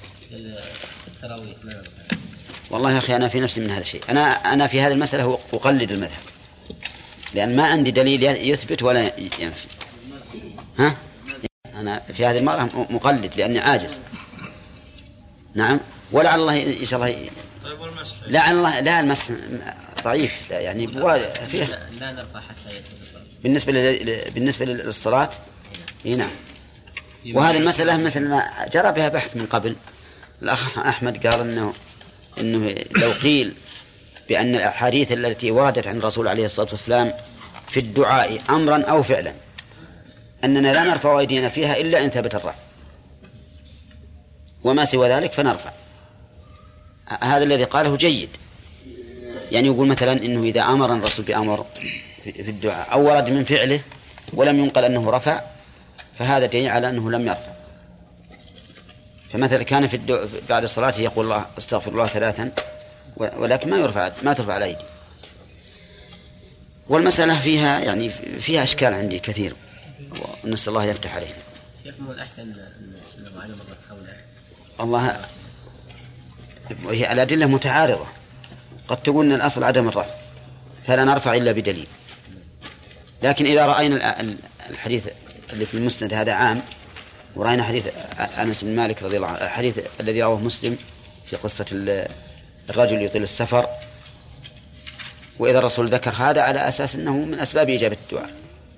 S1: والله يا أخي أنا في نفسي من هذا الشيء، أنا أنا في هذه المسألة أقلد المذهب، لأن ما عندي دليل يثبت ولا ينفي. ها؟ أنا في هذه المرة مقلد لأني عاجز. نعم. ولعل الله إن شاء الله.
S6: طيب والمسح؟
S1: لا الله لا المسح ضعيف لا يعني فيه.
S3: لا نرفع حتى يدخل.
S1: بالنسبة لل... بالنسبة للصلاة. إيه نعم. وهذه المسألة مثل ما جرى بها بحث من قبل، الأخ أحمد قال إنه إنه لو قيل بأن الأحاديث التي وردت عن الرسول عليه الصلاة والسلام في الدعاء أمرا أو فعلا أننا لا نرفع أيدينا فيها إلا إن ثبت الرفع، وما سوى ذلك فنرفع. هذا الذي قاله جيد، يعني يقول مثلا إنه إذا أمر الرسول بأمر في الدعاء أو ورد من فعله ولم ينقل أنه رفع فهذا دليل على أنه لم يرفع. فمثلا كان في الدعاء بعد الصلاة يقول الله استغفر الله ثلاثا ولكن ما يرفع ما ترفع الأيدي. والمسألة فيها يعني فيها أشكال عندي كثير، ونسأل الله يفتح علينا.
S3: شيخ مو الأحسن أن معلومة حوله
S1: الله وهي الأدلة متعارضة، قد تقول أن الأصل عدم الرفع فلا نرفع إلا بدليل، لكن إذا رأينا الحديث اللي في المسند هذا عام، ورأينا حديث أنس بن مالك رضي الله عنه الحديث الذي رواه مسلم في قصة الرجل يطيل السفر، وإذا الرسول ذكر هذا على أساس أنه من أسباب إجابة الدعاء.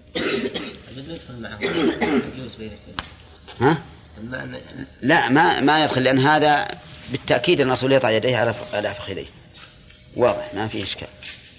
S1: ها؟ لا ما ما يدخل، لأن هذا بالتأكيد أن الرسول يضع يديه على على فخذيه، واضح ما فيه إشكال.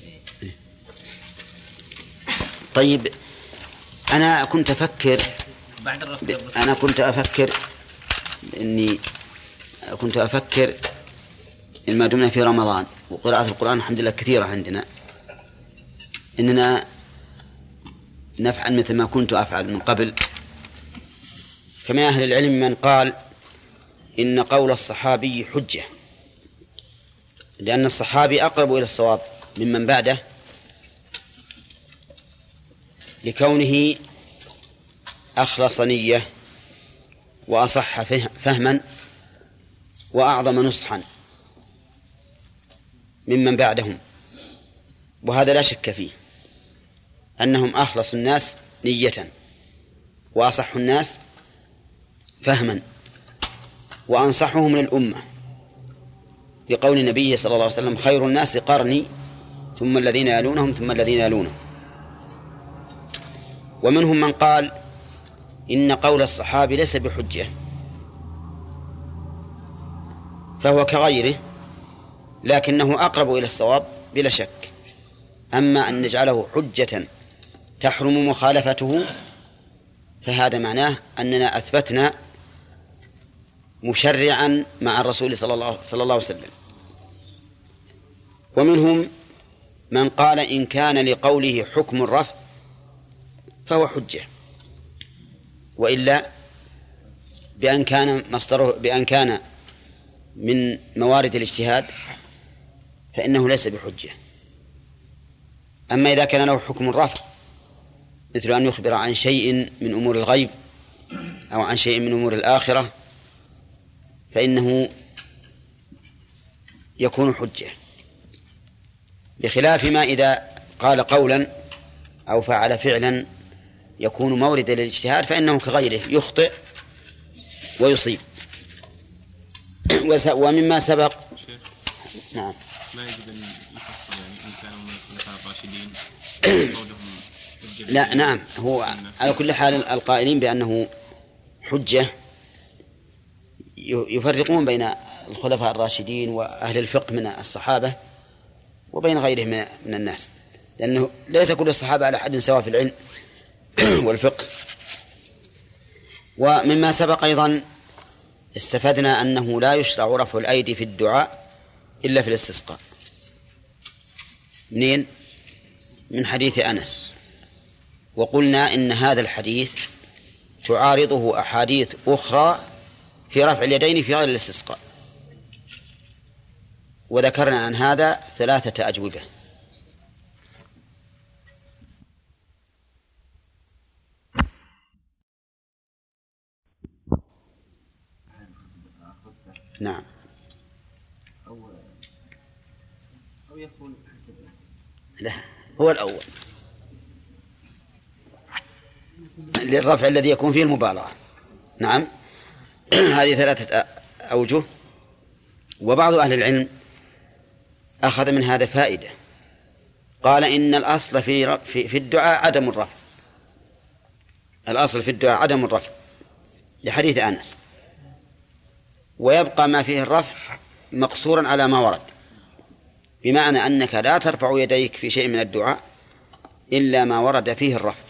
S1: طيب أنا كنت أفكر أنا كنت أفكر إني كنت أفكر إن ما دمنا في رمضان وقراءة القرآن الحمد لله كثيرة عندنا، إننا نفعل مثل ما كنت أفعل من قبل. كما أهل العلم من قال إن قول الصحابي حجة، لأن الصحابي أقرب إلى الصواب ممن بعده لكونه أخلص نية وأصح فهما وأعظم نصحا ممن بعدهم، وهذا لا شك فيه أنهم أخلص الناس نية وأصح الناس فهما وأنصحهم للأمة، لقول النبي صلى الله عليه وسلم خير الناس قرني ثم الذين يلونهم ثم الذين يلونهم. ومنهم من قال إن قول الصحابي ليس بحجة فهو كغيره لكنه أقرب إلى الصواب بلا شك. أما أن نجعله حجة تحرم مخالفته فهذا معناه أننا أثبتنا مشرعا مع الرسول صلى الله, صلى الله عليه وسلم. ومنهم من قال إن كان لقوله حكم الرفع فهو حجة، وإلا بأن كان مصدره بأن كان من موارد الاجتهاد فإنه ليس بحجة. أما إذا كان له حكم الرفع مثل أن يخبر عن شيء من أمور الغيب أو عن شيء من أمور الآخرة فإنه يكون حجة، بخلاف ما إذا قال قولا أو فعل فعلا يكون موردا للاجتهاد فإنه كغيره يخطئ ويصيب. ومما سبق نعم
S4: ما يجب أن يفصل يعني إن كانوا من الخلفاء الراشدين
S1: لا نعم هو على كل حال القائلين بأنه حجة يفرقون بين الخلفاء الراشدين وأهل الفقه من الصحابة وبين غيرهم من الناس، لأنه ليس كل الصحابة على حد سواء في العلم والفقه. ومما سبق أيضا استفدنا أنه لا يشرع رفع الأيدي في الدعاء إلا في الاستسقاء. منين؟ من حديث أنس. وقلنا إن هذا الحديث تعارضه أحاديث أخرى في رفع اليدين في غير الاستسقاء، وذكرنا عن هذا ثلاثة أجوبة. نعم
S3: أو أو يكون حسب
S1: لا هو الأول للرفع الذي يكون فيه المبالغة. نعم هذه ثلاثة أوجه. وبعض أهل العلم أخذ من هذا فائدة، قال إن الأصل في في الدعاء عدم الرفع، الأصل في الدعاء عدم الرفع لحديث أنس، ويبقى ما فيه الرفع مقصورا على ما ورد، بمعنى أنك لا ترفع يديك في شيء من الدعاء إلا ما ورد فيه الرفع،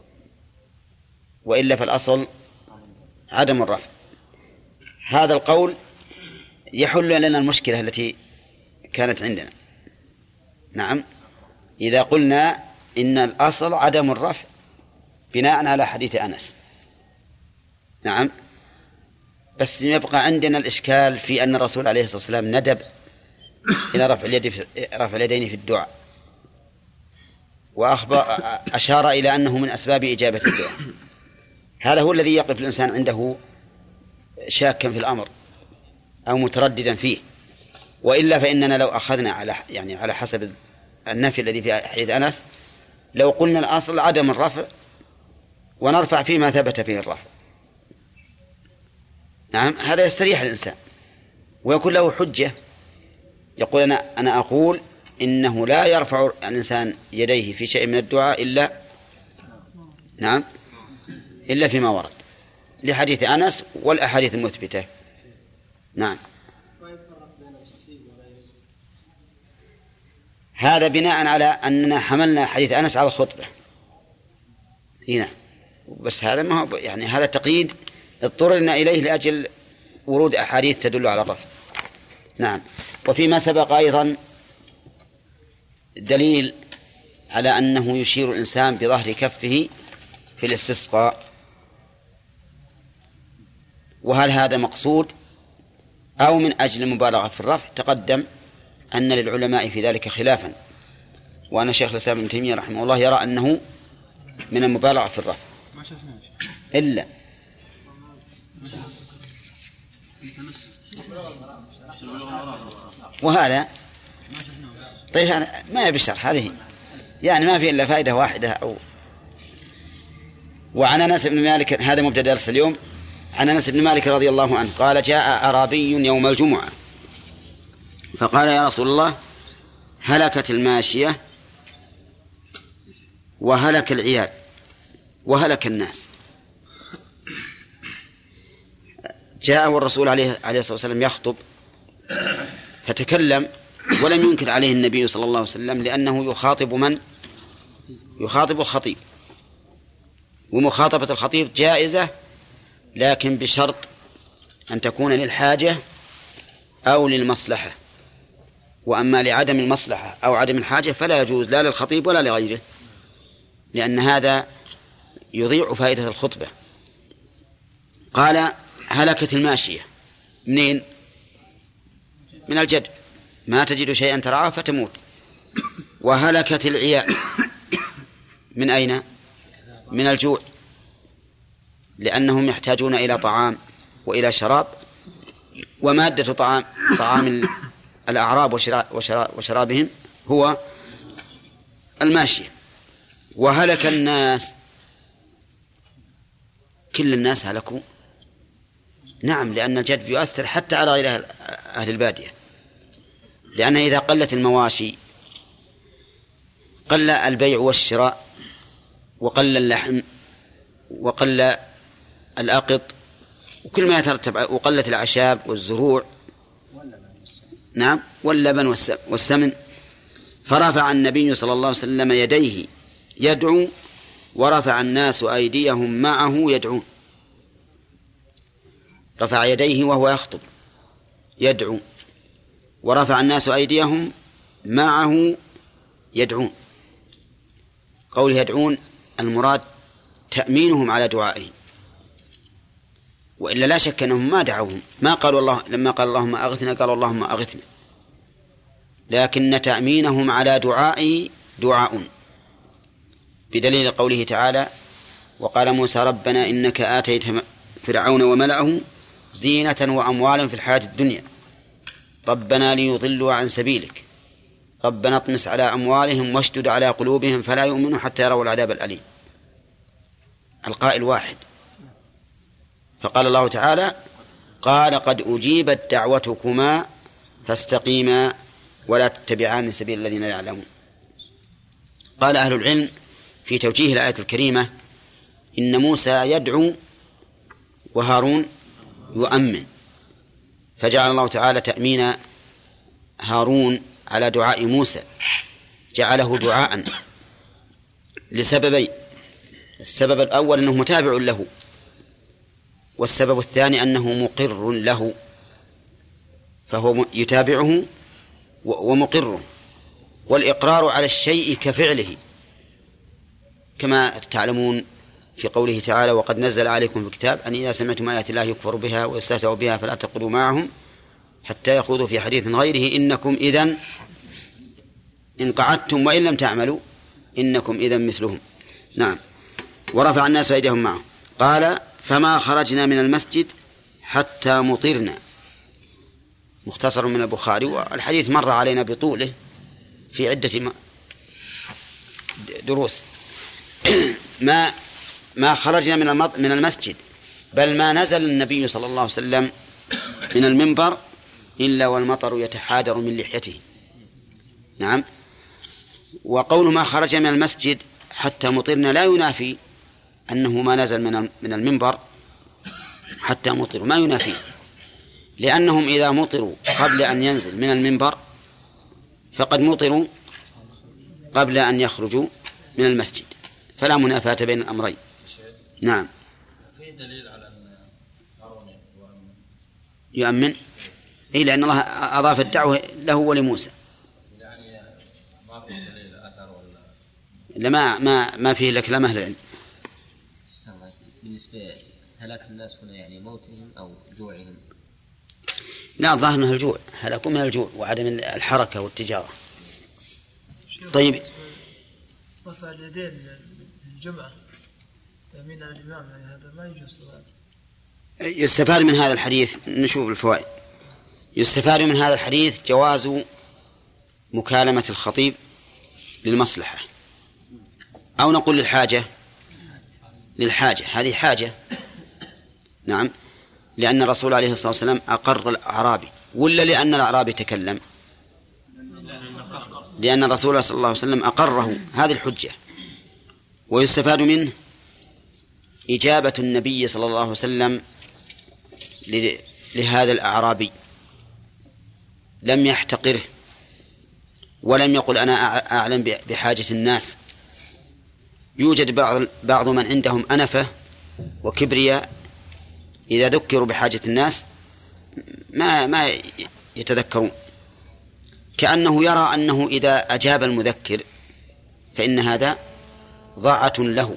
S1: وإلا فالأصل عدم الرفع. هذا القول يحل لنا المشكلة التي كانت عندنا. نعم إذا قلنا إن الأصل عدم الرفع بناء على حديث أنس، نعم، بس يبقى عندنا الإشكال في أن الرسول عليه الصلاة والسلام ندب إلى رفع اليد في رفع اليدين في الدعاء، وأخبر أشار إلى أنه من أسباب إجابة الدعاء. هذا هو الذي يقف الإنسان عنده شاكا في الأمر أو مترددا فيه. وإلا فإننا لو أخذنا على يعني على حسب النفي الذي في حديث أنس لو قلنا الأصل عدم الرفع ونرفع فيما ثبت فيه الرفع، نعم، هذا يستريح الإنسان ويكون له حجة. يقول أنا أنا أقول إنه لا يرفع الإنسان يديه في شيء من الدعاء إلا نعم إلا فيما ورد لحديث أنس والأحاديث المثبتة. نعم هذا بناء على أننا حملنا حديث أنس على الخطبة هنا، بس هذا ما هو يعني هذا تقييد اضطررنا إليه لأجل ورود أحاديث تدل على الرفع. نعم. وفيما سبق أيضا دليل على أنه يشير الإنسان بظهر كفه في الاستسقاء، وهل هذا مقصود أو من أجل المبالغة في الرفع؟ تقدم أن للعلماء في ذلك خلافا، وأن شيخ الإسلام ابن تيمية رحمه الله يرى أنه من المبالغة في الرفع إلا وهذا طيب هذا ما يبي شرح، هذه يعني ما في إلا فائدة واحدة. أو وعن أنس بن مالك، هذا مبتدأ درس اليوم، عن أنس بن مالك رضي الله عنه قال جاء أعرابي يوم الجمعة فقال يا رسول الله هلكت الماشية وهلك العيال وهلك الناس. جاء الرسول عليه عليه الصلاة والسلام يخطب فتكلم ولم ينكر عليه النبي صلى الله عليه وسلم، لأنه يخاطب من؟ يخاطب الخطيب، ومخاطبة الخطيب جائزة لكن بشرط أن تكون للحاجة أو للمصلحة، وأما لعدم المصلحة أو عدم الحاجة فلا يجوز لا للخطيب ولا لغيره، لأن هذا يضيع فائدة الخطبة. قال هلكت الماشية منين؟ من الجد، ما تجد شيئا ترعاه فتموت. وهلكت العيال من أين؟ من الجوع، لأنهم يحتاجون إلى طعام وإلى شراب، ومادة طعام طعام الأعراب وشرابهم هو الماشية. وهلك الناس، كل الناس هلكوا؟ نعم، لأن الجدب يؤثر حتى على غير أهل البادية، لأن إذا قلت المواشي قل البيع والشراء، وقل اللحم، وقل الأقط، وكل ما يترتب، وقلت الأعشاب والزروع، نعم، واللبن والسمن. فرفع النبي صلى الله عليه وسلم يديه يدعو، ورفع الناس أيديهم معه يدعون. رفع يديه وهو يخطب يدعو، ورفع الناس أيديهم معه يدعون. قوله يدعون المراد تأمينهم على دعائهم، وإلا لا شك أنهم ما دعوهم، ما قالوا الله لما قال اللهم أغثنا قالوا اللهم أغثنا، لكن تأمينهم على دعائه دعاء، بدليل قوله تعالى: وقال موسى ربنا إنك آتيت فرعون وملأه زينة وأموالا في الحياة الدنيا ربنا ليضلوا عن سبيلك ربنا اطمس على أموالهم واشدد على قلوبهم فلا يؤمنوا حتى يروا العذاب الأليم. القائل واحد. فقال الله تعالى: قال قد أجيبت دعوتكما فاستقيما ولا تتبعان سبيل الذين لا يعلمون. قال أهل العلم في توجيه الآية الكريمة: إن موسى يدعو وهارون يؤمن، فجعل الله تعالى تأمين هارون على دعاء موسى، جعله دعاء لسببين: السبب الأول أنه متابع له، والسبب الثاني أنه مقر له، فهو يتابعه ومقره، والإقرار على الشيء كفعله، كما تعلمون في قوله تعالى: وقد نزل عليكم في الكتاب أن إذا سمعتم آيات الله يكفر بها ويستهزأ بها فلا تقعدوا معهم حتى يخوضوا في حديث غيره إنكم إذن إن قعدتم وإن لم تعملوا إنكم إذن مثلهم. نعم. ورفع الناس أيديهم معه. قال: فما خرجنا من المسجد حتى مطرنا. مختصر من البخاري، والحديث مر علينا بطوله في عدة دروس. ما ما خرجنا من من المسجد، بل ما نزل النبي صلى الله عليه وسلم من المنبر إلا والمطر يتحادر من لحيته. نعم. وقول ما خرج من المسجد حتى مطرنا لا ينافي أنه ما نزل من من المنبر حتى مطر، ما ينافي، لأنهم إذا مطروا قبل أن ينزل من المنبر فقد مطروا قبل أن يخرجوا من المسجد، فلا منافاة بين الأمرين. نعم.
S6: في دليل على أن هارون
S1: يؤمن؟ إيه، لأن الله أضاف الدعوة له ولموسى.
S6: يعني ما في دليل أثر ولا
S1: لما ما ما فيه لك لم أهل العلم.
S3: بالنسبة هلاك الناس هنا يعني موتهم أو جوعهم؟
S1: لا، ظاهر أنه الجوع، هلاكوا من الجوع وعدم الحركة والتجارة. طيب.
S2: رفع اليدين الجمعة تأمين على الإمام، يعني هذا ما يجوز صلاة.
S1: يستفاد من هذا الحديث، نشوف الفوائد. يستفاد من هذا الحديث جواز مكالمة الخطيب للمصلحة، أو نقول للحاجة للحاجة هذه حاجة. نعم. لأن الرسول عليه الصلاة والسلام أقر الأعرابي، ولا لأن الأعرابي تكلم؟ لأن الرسول صلى الله عليه وسلم أقره، هذه الحجة. ويستفاد منه إجابة النبي صلى الله عليه وسلم لهذا الأعرابي، لم يحتقره ولم يقل أنا أعلم بحاجة الناس. يوجد بعض بعض من عندهم أنفة وكبرياء، إذا ذكروا بحاجة الناس ما ما يتذكرون، كأنه يرى أنه إذا أجاب المذكر فإن هذا ضاعة له،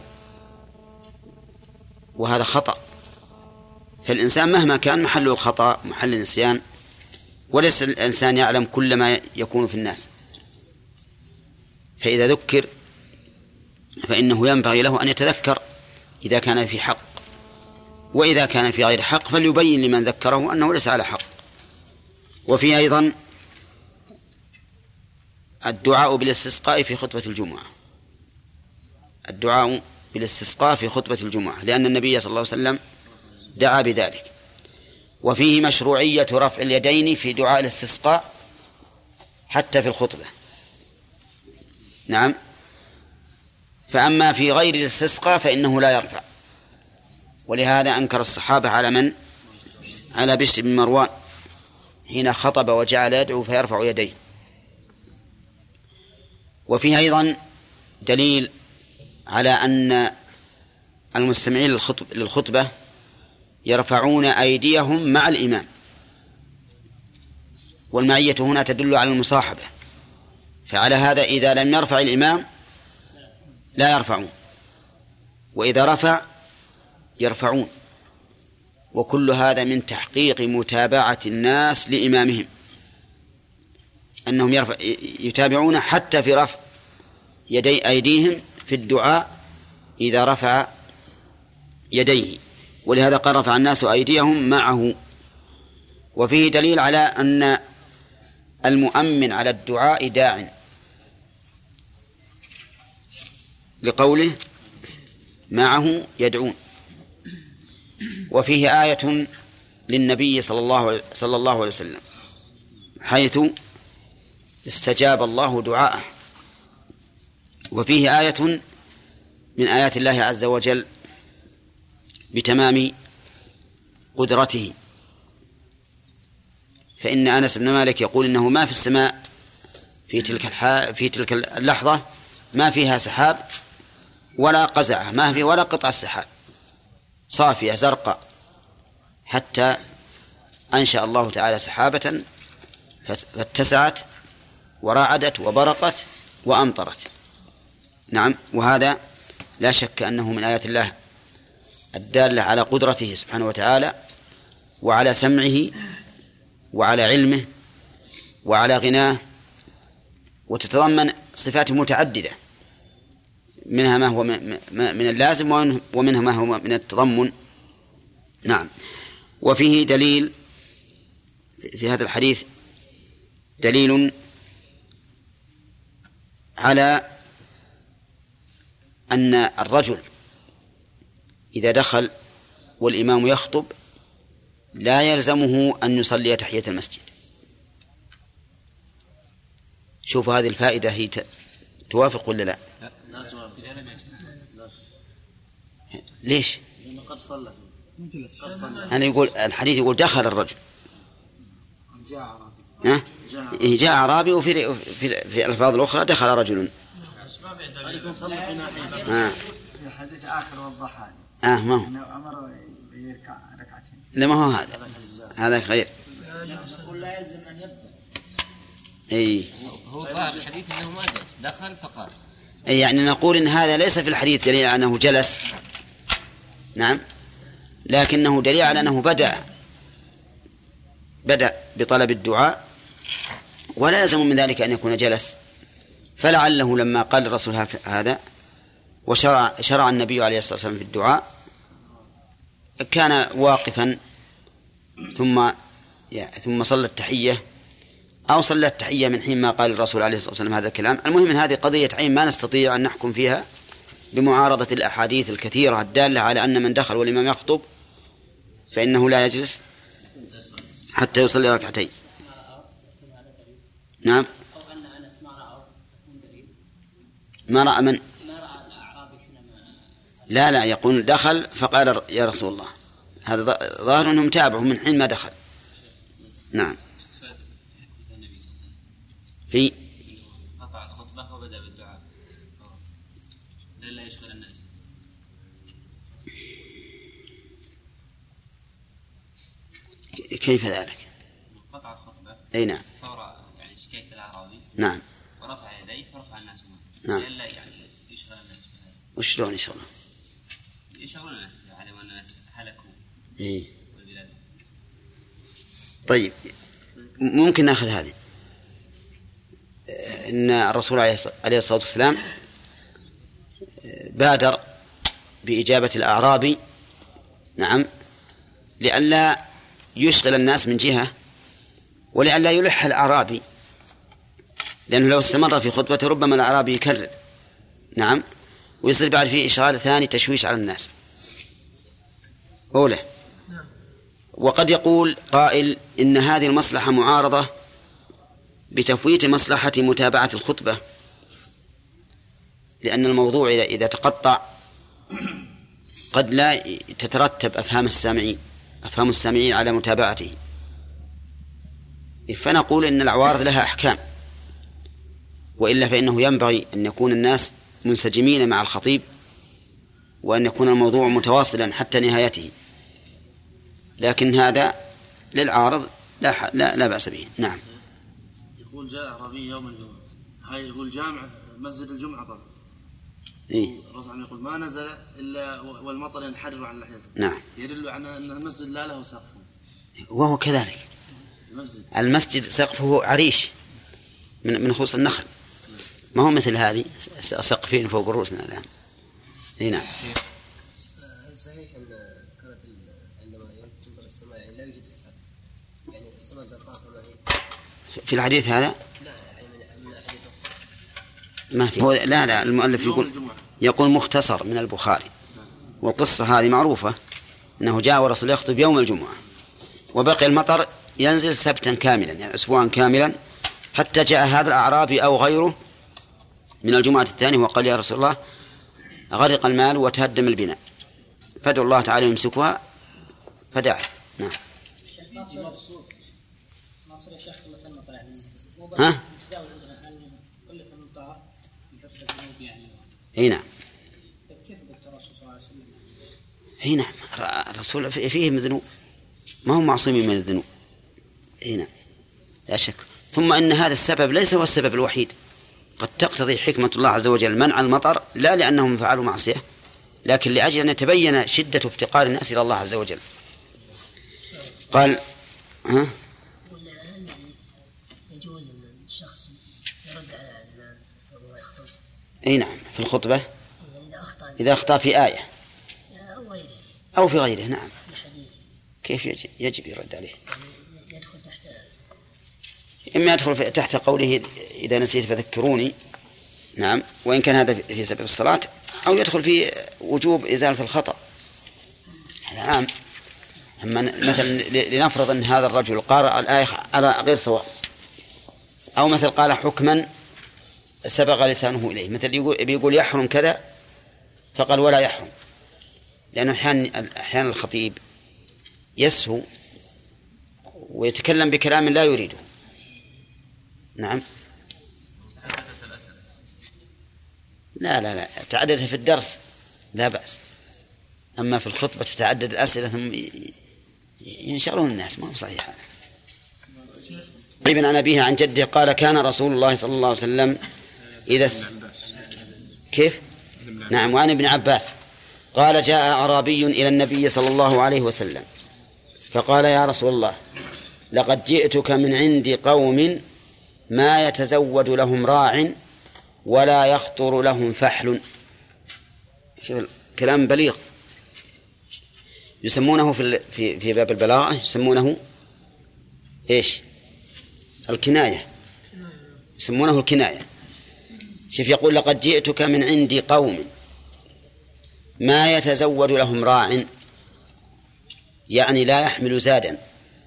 S1: وهذا خطأ. فالإنسان مهما كان محل الخطأ محل النسيان، وليس الإنسان يعلم كل ما يكون في الناس، فإذا ذكر فإنه ينبغي له أن يتذكر إذا كان في حق، وإذا كان في غير حق فليبين لمن ذكره أنه ليس على حق. وفي أيضا الدعاء بالاستسقاء في خطبة الجمعة، الدعاء بالاستسقاء في خطبة الجمعة، لأن النبي صلى الله عليه وسلم دعا بذلك. وفيه مشروعية رفع اليدين في دعاء الاستسقاء حتى في الخطبة. نعم. فأما في غير الاستسقاء فإنه لا يرفع، ولهذا أنكر الصحابة على من؟ على بشر بن مروان حين خطب وجعل يدعو فيرفع يديه. وفيه أيضا دليل على أن المستمعين للخطبة يرفعون أيديهم مع الإمام، والمعية هنا تدل على المصاحبة، فعلى هذا إذا لم يرفع الإمام لا يرفعون، وإذا رفع يرفعون. وكل هذا من تحقيق متابعة الناس لإمامهم، أنهم يرفع يتابعون حتى في رفع يدي أيديهم في الدعاء إذا رفع يديه، ولهذا قال رفع الناس أيديهم معه. وفيه دليل على أن المؤمن على الدعاء داع، لقوله معه يدعون. وفيه آية للنبي صلى الله صلى الله عليه وسلم حيث استجاب الله دعاءه. وفيه آية من آيات الله عز وجل بتمام قدرته، فإن أنس بن مالك يقول إنه ما في السماء في تلك الح... في تلك اللحظة ما فيها سحاب ولا قزعة، ما في ولا قطع السحاب، صافية زرقاء، حتى أنشأ الله تعالى سحابة فاتسعت ورعدت وبرقت وأمطرت. نعم. وهذا لا شك أنه من آيات الله الدالة على قدرته سبحانه وتعالى، وعلى سمعه، وعلى علمه، وعلى غناه، وتتضمن صفات متعددة، منها ما هو من اللازم ومنها ما هو من التضمن. نعم. وفيه دليل في هذا الحديث دليل على أن الرجل إذا دخل والإمام يخطب لا يلزمه أن يصلي تحية المسجد. شوفوا هذه الفائدة هي توافق ولا لا؟ ليش؟ أنا يقول الحديث يقول دخل الرجل، ها؟ جاء أعرابي، وفي في في الألفاظ الأخرى دخل رجل. آه.
S7: في حديث آخر والضحى
S1: آه ما هو
S7: أمر يركع ركعتين.
S1: لما هو هذا هذا خير.
S5: لا يلزم أن يبدأ.
S1: أي
S3: هو ظاهر الحديث أنه ما جلس، دخل فقال.
S1: أي يعني نقول إن هذا ليس في الحديث دليل على أنه جلس، نعم، لكنه دليل على أنه بدأ بدأ بطلب الدعاء، ولا يلزم من ذلك أن يكون جلس. فلعله لما قال الرسول هذا وشرع شرع النبي عليه الصلاة والسلام في الدعاء كان واقفا ثم ثم صلى التحية، أو صلى التحية من حين ما قال الرسول عليه الصلاة والسلام هذا الكلام. المهم من هذه قضية عين ما نستطيع أن نحكم فيها بمعارضة الأحاديث الكثيرة الدالة على أن من دخل والإمام يخطب فإنه لا يجلس حتى يصلي ركعتين. نعم. ما رأى من لا لا يقول دخل فقال يا رسول الله، هذا ظاهر أنهم تابعوا من حين ما دخل. نعم. في
S5: قطع الخطبة وبدأ بالدعاء لا يشغل الناس.
S1: كيف ذلك؟
S5: قطع الخطبة.
S1: أي نعم.
S5: فور يعني شكاية الأعرابي.
S1: نعم.
S5: ورفع يديه فرفع الناس
S1: معه.
S5: نعم. لا يعني يشغل الناس بهذا.
S1: وشلون يشغل؟
S5: يشغل الناس على أن الناس هلكوا.
S1: إيه.
S5: والبلاد.
S1: طيب ممكن نأخذ هذه، إن الرسول عليه الصلاة والسلام بادر بإجابة الأعرابي، نعم، لئلا يشغل الناس من جهة ولئلا يلح الأعرابي، لأنه لو استمر في خطبته ربما الأعرابي يكرر. نعم. ويصير بعد فيه إشغال ثاني تشويش على الناس. أولى. وقد يقول قائل إن هذه المصلحة معارضة بتفويت مصلحة متابعة الخطبة، لأن الموضوع إذا تقطع قد لا تترتب أفهام السامعين أفهام السامعين على متابعته، فنقول إن العوارض لها أحكام، وإلا فإنه ينبغي أن يكون الناس منسجمين مع الخطيب، وأن يكون الموضوع متواصلا حتى نهايته، لكن هذا للعارض لا, لا, لا بأس به. نعم.
S8: يقول جاء أعرابي يوم الجمعة، هاي يقول جامع مسجد الجمعة طبعا.
S1: إيه؟
S8: الرسول يقول ما نزل إلا والمطر ينحدر عن لحيته.
S1: نعم.
S8: يدل على أن المسجد لا له سقف.
S1: وهو كذلك.
S8: المسجد,
S1: المسجد سقفه عريش من من خصوص النخل، ما هو مثل هذه سقفين فوق رؤوسنا الآن. إيه نعم.
S9: هل صحيح أن كانت عندما ينظر السماء يعني لا يوجد سحاب، يعني السماء زرقاء وما هي؟
S1: في الحديث هذا؟
S9: لا يعني من من الحديث
S1: ما في. هو لا لا المؤلف يقول يقول مختصر من البخاري، والقصة هذه معروفة أنه جاء ورسول يخطب يوم الجمعة وبقي المطر ينزل سبتا كاملا يعني أسبوعا كاملا، حتى جاء هذا الأعرابي أو غيره من الجمعة الثانية وقال يا رسول الله غرق المال وتهدم البناء، فادعوا الله تعالى يمسكها فدعا. نعم. ها؟ اي نعم. اي نعم الرسول فيه من ذنوب، ما هم معصومين من الذنوب. اي نعم لا شك. ثم ان هذا السبب ليس هو السبب الوحيد، قد تقتضي حكمة الله عز وجل منع المطر لا لأنهم فعلوا معصية، لكن لأجل أن يتبين شدة افتقار الناس إلى الله عز وجل. قال ها؟
S9: يجوز أن الشخص يرد على الإمام وهو يخطب؟
S1: أي نعم في الخطبة إذا أخطأ في آية أو في غيره. نعم. كيف يجب, يجب يرد عليه؟
S9: يدخل تحت
S1: إما يدخل تحت قوله إذا نسيت فذكروني، نعم، وإن كان هذا في سبب الصلاة، أو يدخل في وجوب إزالة الخطأ. نعم. مثلا لنفرض أن هذا الرجل قارأ الآية على غير صواب، أو مثل قال حكما سبق لسانه إليه، مثل بيقول يحرم كذا فقال ولا يحرم، لأنه أحيانا الخطيب يسهو ويتكلم بكلام لا يريده. نعم. لا لا لا تعدد في الدرس لا بأس، أما في الخطبة تتعدد الأسئلة ثم ينشغلون الناس، ما هو صحيح هذا. ابن عن أبيه عن جده قال كان رسول الله صلى الله عليه وسلم إذا س... كيف؟ نعم. وعن ابن عباس قال جاء أعرابي إلى النبي صلى الله عليه وسلم فقال يا رسول الله لقد جئتك من عند قوم ما يتزود لهم راع ولا يخطر لهم فحل. شوف كلام بليغ، يسمونه في في في باب البلاغة يسمونه ايش؟ الكناية، يسمونه الكناية. شوف يقول لقد جئتك من عند قوم ما يتزود لهم راع، يعني لا يحمل زادا،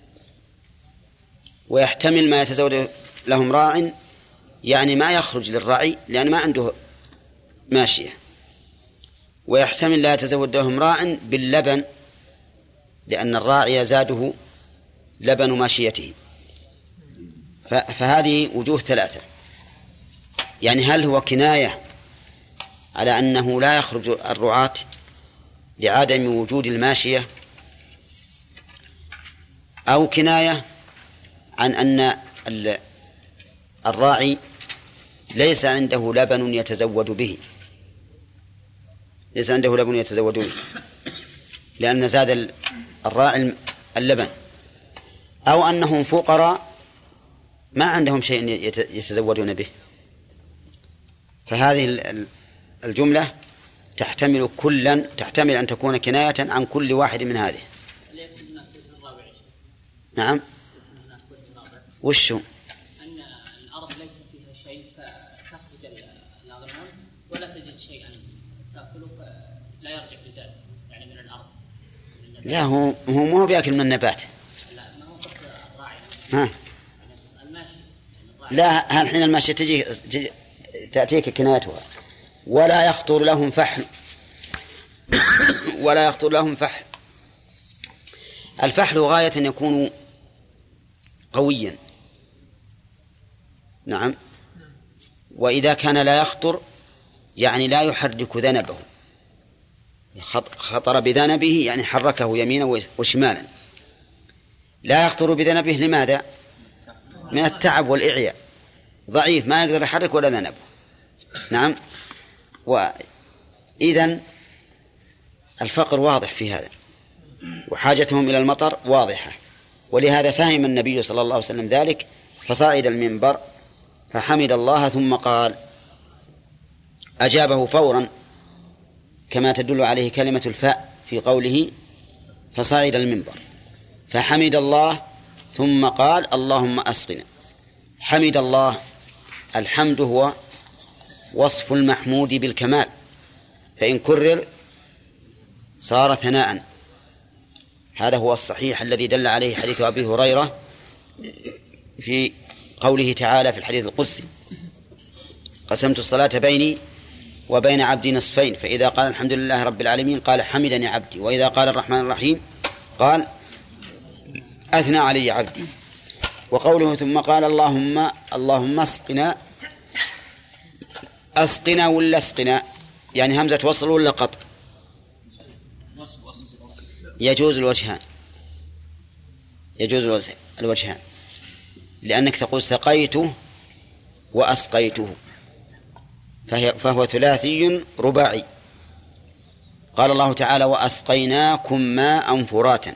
S1: ويحتمل ما يتزود لهم راع يعني ما يخرج للرعي لأن ما عنده ماشية، ويحتمل لا يتزود لهم راع باللبن لأن الراعي يزاده لبن ماشيته. فهذه وجوه ثلاثة، يعني هل هو كناية على أنه لا يخرج الرعاة لعدم وجود الماشية، أو كناية عن أن الراعي ليس عنده لبن يتزود به ليس عنده لبن يتزود به لأن زاد الراعي اللبن، أو أنهم فقراء ما عندهم شيء يتزودون به. فهذه الجملة تحتمل كلا تحتمل أن تكون كناية عن كل واحد من هذه. نعم. وشو؟
S5: أن الأرض ليس فيها شيء فتخرج الأغنام ولا تجد شيئا تأكله لا يرجع بذلك يعني من الأرض.
S1: لا هو هو مو بياكل من النبات.
S5: لا ما هو قصد الراعي.
S1: ها.
S5: الماشي.
S1: لا الحين الماشية تجي, تجي تأتيك كنايتها. ولا يخطر لهم فحل ولا يخطر لهم فحل. الفحل غاية أن يكون قويا. نعم. وإذا كان لا يخطر يعني لا يحرك ذنبه. خطر بذنبه يعني حركه يمينا وشمالا. لا يخطر بذنبه لماذا؟ من التعب والإعياء، ضعيف ما يقدر يحرك ولا ذنبه. نعم. وإذن الفقر واضح في هذا، وحاجتهم إلى المطر واضحة، ولهذا فهم النبي صلى الله عليه وسلم ذلك فصعد المنبر فحمد الله ثم قال، أجابه فورا كما تدل عليه كلمة الفاء في قوله فصعد المنبر فحمد الله ثم قال اللهم أسقنا. حمد الله، الحمد هو وصف المحمود بالكمال، فإن كرر صار ثناء. هذا هو الصحيح الذي دل عليه حديث أبي هريرة في قوله تعالى في الحديث القدسي قسمت الصلاة بيني وبين عبدي نصفين، فإذا قال الحمد لله رب العالمين قال حمدني عبدي، وإذا قال الرحمن الرحيم قال أثنى علي عبدي. وقوله ثم قال اللهم اللهم اسقنا، أسقنا ولا اسقنا يعني همزة وصل ولا قطع؟ يجوز الوجهان، يجوز الوجهان، لأنك تقول سقيته وأسقيته فهو ثلاثي رباعي. قال الله تعالى وأسقيناكم ماء فراتا،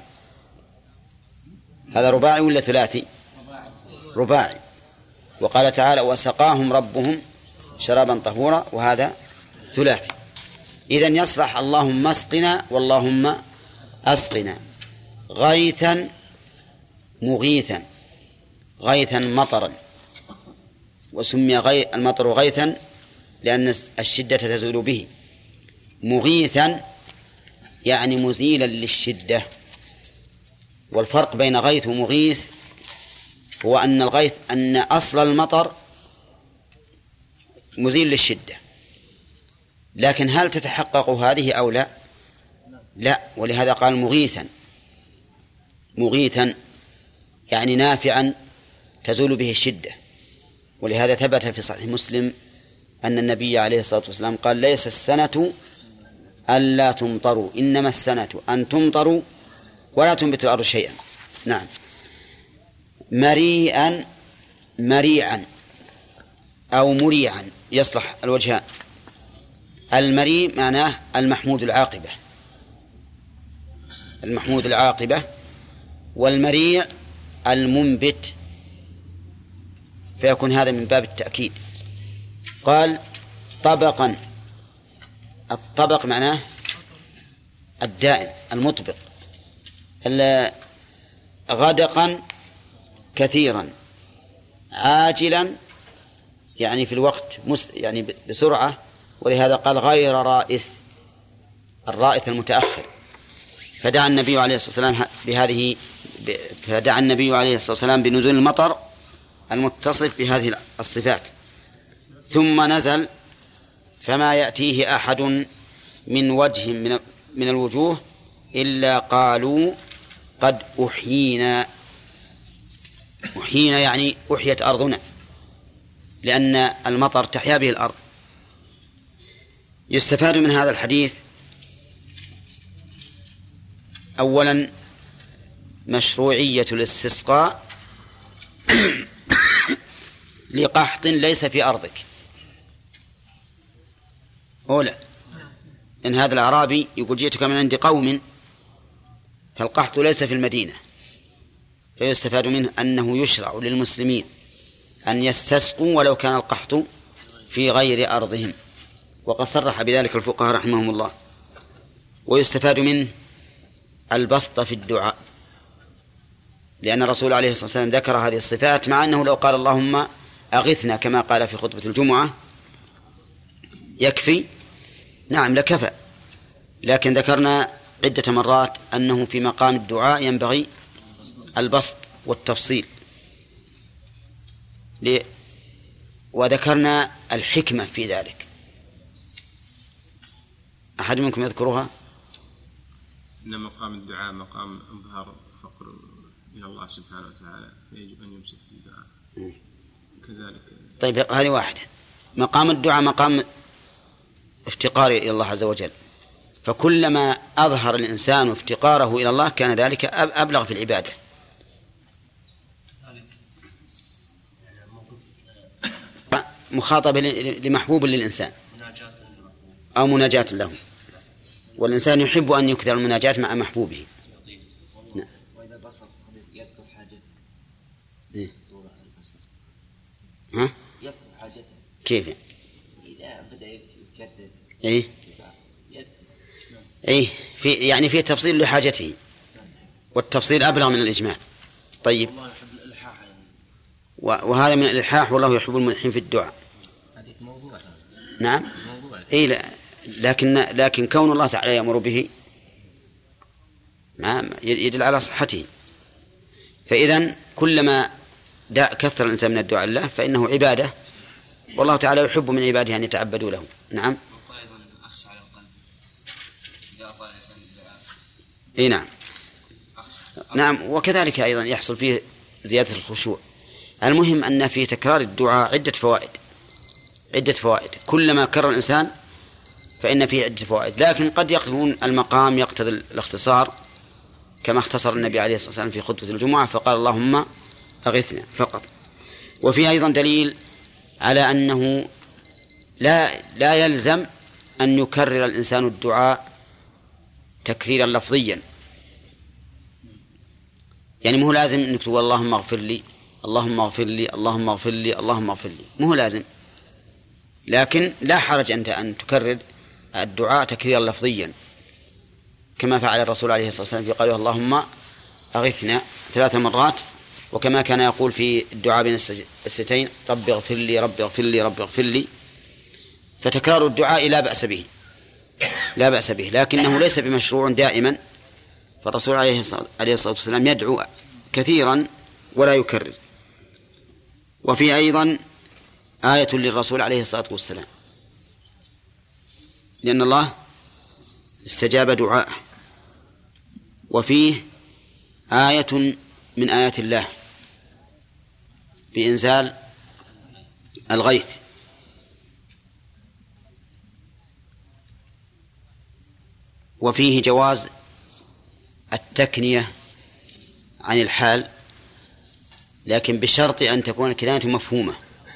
S1: هذا رباعي ولا ثلاثي؟ رباعي. وقال تعالى وسقاهم ربهم شرابا طهورا، وهذا ثلاثي. إذن يصلح اللهم اسقنا واللهم أسقنا. غيثا مغيثا، غيثا مطرا، وسمي غي... المطر غيثا لأن الشدة تزول به. مغيثا يعني مزيلا للشدة. والفرق بين غيث ومغيث هو أن الغيث أن أصل المطر مزيل للشدة، لكن هل تتحقق هذه أو لا؟ لا. ولهذا قال مغيثا، مغيثا يعني نافعا تزول به الشدة. ولهذا ثبت في صحيح مسلم أن النبي عليه الصلاة والسلام قال ليس السنة ألا تمطروا، إنما السنة أن تمطروا ولا تنبت الأرض شيئا. نعم. مريئا، مريعا أو مريعا يصلح الوجهان. المريء معناه المحمود العاقبة، المحمود العاقبة، والمريع المنبت، فيكون هذا من باب التأكيد. قال طبقا، الطبق معناه الدائم المطبق. غدقا كثيرا، عاجلا يعني في الوقت يعني بسرعة، ولهذا قال غير رائث، الرائث المتأخر. فدعا النبي عليه الصلاة والسلام بهذه فدعا النبي عليه الصلاة والسلام بنزول المطر المتصف بهذه الصفات. ثم نزل فما يأتيه أحد من وجه من من الوجوه إلا قالوا قد أحيينا. أحيينا يعني أحيت أرضنا، لأن المطر تحيا به الأرض. يستفاد من هذا الحديث أولا مشروعية الاستسقاء لقحط ليس في أرضك. أولا إن هذا الأعرابي يقول جئتك من عند قوم، فالقحط ليس في المدينة، فيستفاد منه أنه يشرع للمسلمين أن يستسقوا ولو كان القحط في غير أرضهم، وقد صرح بذلك الفقهاء رحمهم الله. ويستفاد منه البسط في الدعاء، لأن الرسول عليه الصلاة والسلام ذكر هذه الصفات، مع أنه لو قال اللهم أغثنا كما قال في خطبة الجمعة يكفي، نعم لكفى، لكن ذكرنا عدة مرات أنه في مقام الدعاء ينبغي البسط والتفصيل، وذكرنا الحكمة في ذلك. أحد منكم يذكرها؟
S4: إن مقام الدعاء مقام إظهار فقر إلى الله سبحانه وتعالى، فيجب أن يمسك في الدعاء كذلك.
S1: طيب هذه واحدة. مقام الدعاء مقام افتقار إلى الله عز وجل، فكلما أظهر الإنسان افتقاره إلى الله كان ذلك أبلغ في العبادة. مخاطبة لمحبوب للإنسان أو مناجاة له، والإنسان يحب أن يكثر المناجاة مع محبوبه. نعم.
S9: وإذا بصر يذكر حاجته.
S1: إيه؟ ها؟
S9: يذكر حاجته.
S1: كيف؟
S9: إذا بدأ يكرر.
S1: إيه؟ إيه في يعني في تفصيل لحاجته، والتفصيل أبلغ من الإجمال. طيب.
S8: الله يحب الإلحاح يعني.
S1: وهذا من الإلحاح، والله يحب الملحين في الدعاء.
S3: حديث موضوع.
S1: نعم.
S3: موضوع.
S1: إيه لا لكن لكن كون الله تعالى يأمر به نعم يدل على صحته. فإذا كلما كثر الإنسان من الدعاء لله فإنه عبادة، والله تعالى يحب من عباده أن يتعبدوا له. نعم. إيه نعم. نعم، وكذلك أيضا يحصل فيه زيادة الخشوع. المهم أن في تكرار الدعاء عدة فوائد عدة فوائد كلما كرر الإنسان فإن فيه عدة فوائد، لكن قد يكون المقام يقتضي الاختصار، كما اختصر النبي عليه الصلاة والسلام في خطبة الجمعة فقال اللهم أغثنا فقط. وفي أيضا دليل على أنه لا لا يلزم أن يكرر الإنسان الدعاء تكريرا لفظيا، يعني مو لازم أن تقول اللهم اغفر لي اللهم اغفر لي اللهم اغفر لي اللهم اغفر لي، مو لازم، لكن لا حرج أنت أن تكرر الدعاء تكريرا لفظيا كما فعل الرسول عليه الصلاة والسلام في قوله اللهم أغثنا ثلاث مرات، وكما كان يقول في الدعاء بين الستين رب اغفر لي رب اغفر لي رب اغفر لي. فتكرار الدعاء لا بأس به لا بأس به لكنه ليس بمشروع دائما، فالرسول عليه الصلاة والسلام يدعو كثيرا ولا يكرر. وفي أيضا آية للرسول عليه الصلاة والسلام، لأن الله استجاب دعاءه، وفيه آية من آيات الله بإنزال الغيث، وفيه جواز التكنية عن الحال، لكن بشرط أن تكون الكناية مفهومة،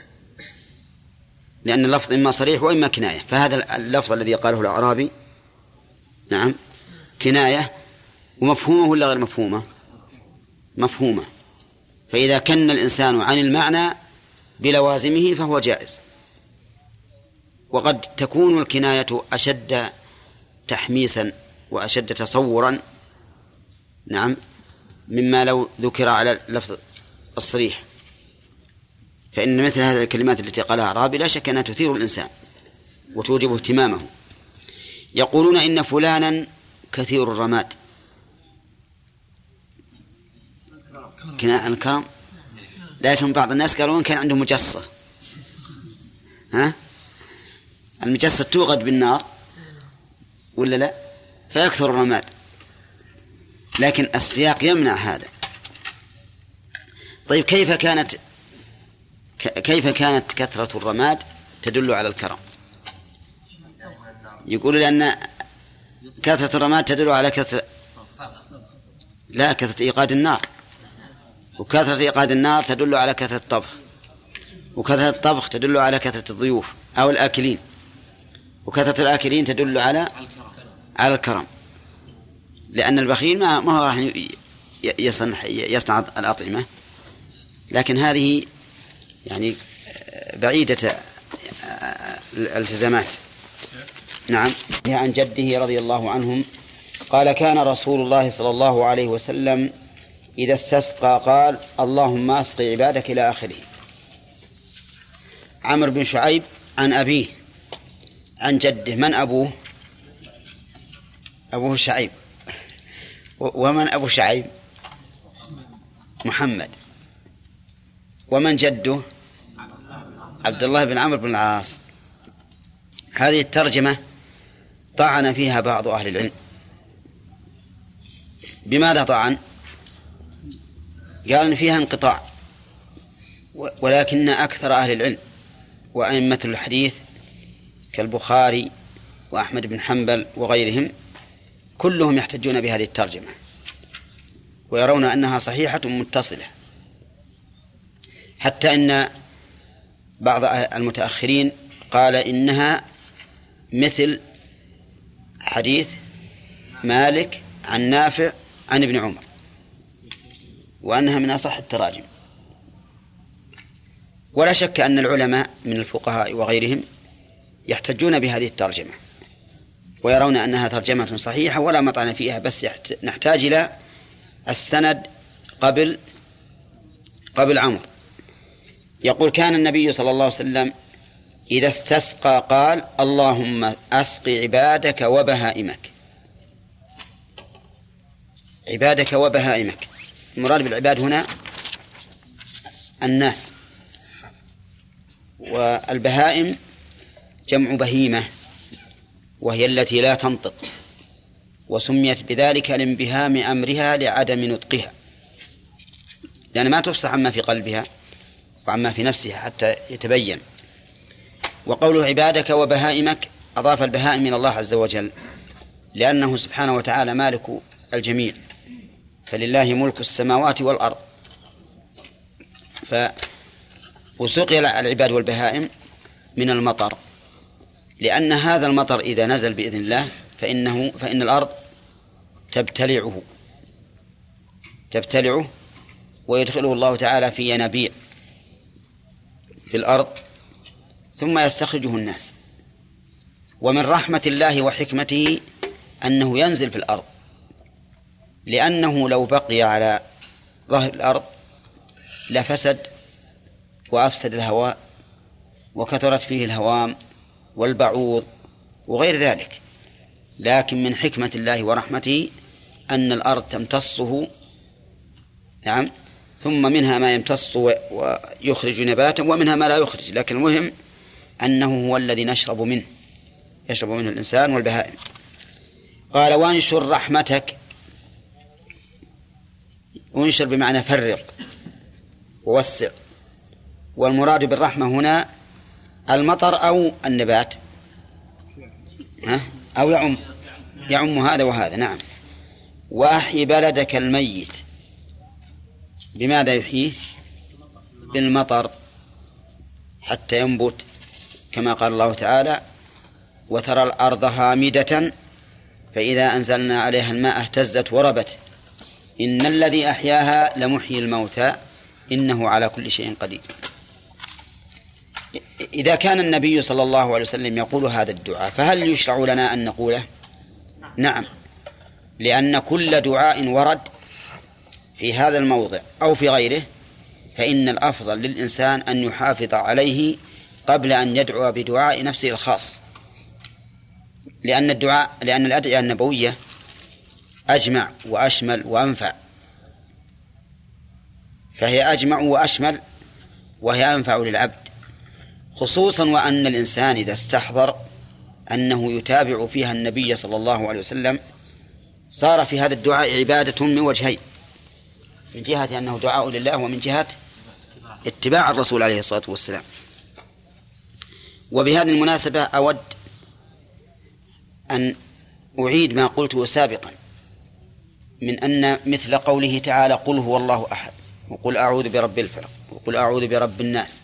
S1: لأن اللفظ إما صريح وإما كناية. فهذا اللفظ الذي قاله الأعرابي نعم كناية، ومفهومة ولا غير مفهومة؟ مفهومة. فإذا كن الإنسان عن المعنى بلوازمه فهو جائز. وقد تكون الكناية أشد تحميسا وأشد تصورا نعم مما لو ذكر على لفظ الصريح، فإن مثل هذه الكلمات التي قالها أعرابي لا شك أنها تثير الإنسان وتوجب اهتمامه. يقولون إن فلانا كثير الرماد، كناية الكرم، لكن بعض الناس قالوا إن كان عنده مجصة، ها المجصة توقد بالنار ولا لا فيكثر الرماد، لكن السياق يمنع هذا. طيب كيف كانت كيف كانت كثرة الرماد تدل على الكرم؟ يقول لأن كثرة الرماد تدل على كثرة لا كثرة إيقاد النار، وكثرة إيقاد النار تدل على كثرة الطبخ، وكثرة الطبخ تدل على كثرة الضيوف أو الآكلين، وكثرة الآكلين تدل على على الكرم، لأن البخيل ما ما هو راح يصنع يصنع الأطعمة، لكن هذه يعني بعيدة الالتزامات. نعم. عن جده رضي الله عنهم قال كان رسول الله صلى الله عليه وسلم إذا استسقى قال اللهم أسقي عبادك إلى آخره. عمرو بن شعيب عن أبيه عن جده. من أبوه؟ أبوه شعيب. ومن أبو شعيب؟ محمد. ومن جده؟ عبد الله بن عمرو بن العاص. هذه الترجمة طعن فيها بعض أهل العلم. بماذا طعن؟ قال إن فيها انقطاع، ولكن أكثر أهل العلم وأئمة الحديث كالبخاري وأحمد بن حنبل وغيرهم كلهم يحتجون بهذه الترجمة ويرون أنها صحيحة متصلة، حتى إن بعض المتأخرين قال إنها مثل حديث مالك عن نافع عن ابن عمر، وأنها من أصح التراجم. ولا شك أن العلماء من الفقهاء وغيرهم يحتجون بهذه الترجمة ويرون أنها ترجمة صحيحة ولا مطعن فيها، بس نحتاج إلى السند قبل قبل عمر. يقول كان النبي صلى الله عليه وسلم إذا استسقى قال اللهم أسق عبادك وبهائمك. عبادك وبهائمك، المراد بالعباد هنا الناس، والبهائم جمع بهيمة وهي التي لا تنطق، وسميت بذلك لانبهام أمرها لعدم نطقها، لأن ما تفصح عما في قلبها وعما في نفسها حتى يتبين. وقوله عبادك وبهائمك أضاف البهائم إلى الله عز وجل، لأنه سبحانه وتعالى مالك الجميع، فلله ملك السماوات والأرض. فوسقي العباد والبهائم من المطر، لأن هذا المطر إذا نزل بإذن الله فإنه فإن الأرض تبتلعه تبتلعه ويدخله الله تعالى في ينابيع في الأرض ثم يستخرجه الناس. ومن رحمة الله وحكمته أنه ينزل في الأرض، لأنه لو بقي على ظهر الأرض لفسد وأفسد الهواء وكثرت فيه الهوام والبعوض وغير ذلك. لكن من حكمة الله ورحمته أن الأرض تمتصه، نعم، ثم منها ما يمتص ويخرج نباتا ومنها ما لا يخرج، لكن المهم أنه هو الذي نشرب منه يشرب منه الإنسان والبهائم. قال وانشر رحمتك، وانشر بمعنى فرق ووسع، والمراد بالرحمة هنا المطر أو النبات، ها؟ أو يعم يعم هذا وهذا. نعم. وأحيي بلدك الميت، بماذا يحييه؟ بالمطر حتى ينبت، كما قال الله تعالى وترى الأرض هامدة فإذا أنزلنا عليها الماء اهتزت وربت إن الذي أحياها لمحيي الموتى إنه على كل شيء قدير. إذا كان النبي صلى الله عليه وسلم يقول هذا الدعاء فهل يشرع لنا أن نقوله؟ نعم، لأن كل دعاء ورد في هذا الموضع أو في غيره فإن الأفضل للإنسان أن يحافظ عليه قبل أن يدعو بدعاء نفسه الخاص، لأن الدعاء لأن الأدعية النبوية أجمع وأشمل وأنفع، فهي أجمع وأشمل وهي أنفع للعبد، خصوصا وأن الإنسان إذا استحضر أنه يتابع فيها النبي صلى الله عليه وسلم صار في هذا الدعاء عبادة من وجهين، من جهة أنه دعاء لله ومن جهة اتباع الرسول عليه الصلاة والسلام. وبهذه المناسبة أود أن أعيد ما قلته سابقا من أن مثل قوله تعالى قل هو الله أحد وقل أعوذ برب الفلق وقل أعوذ برب الناس،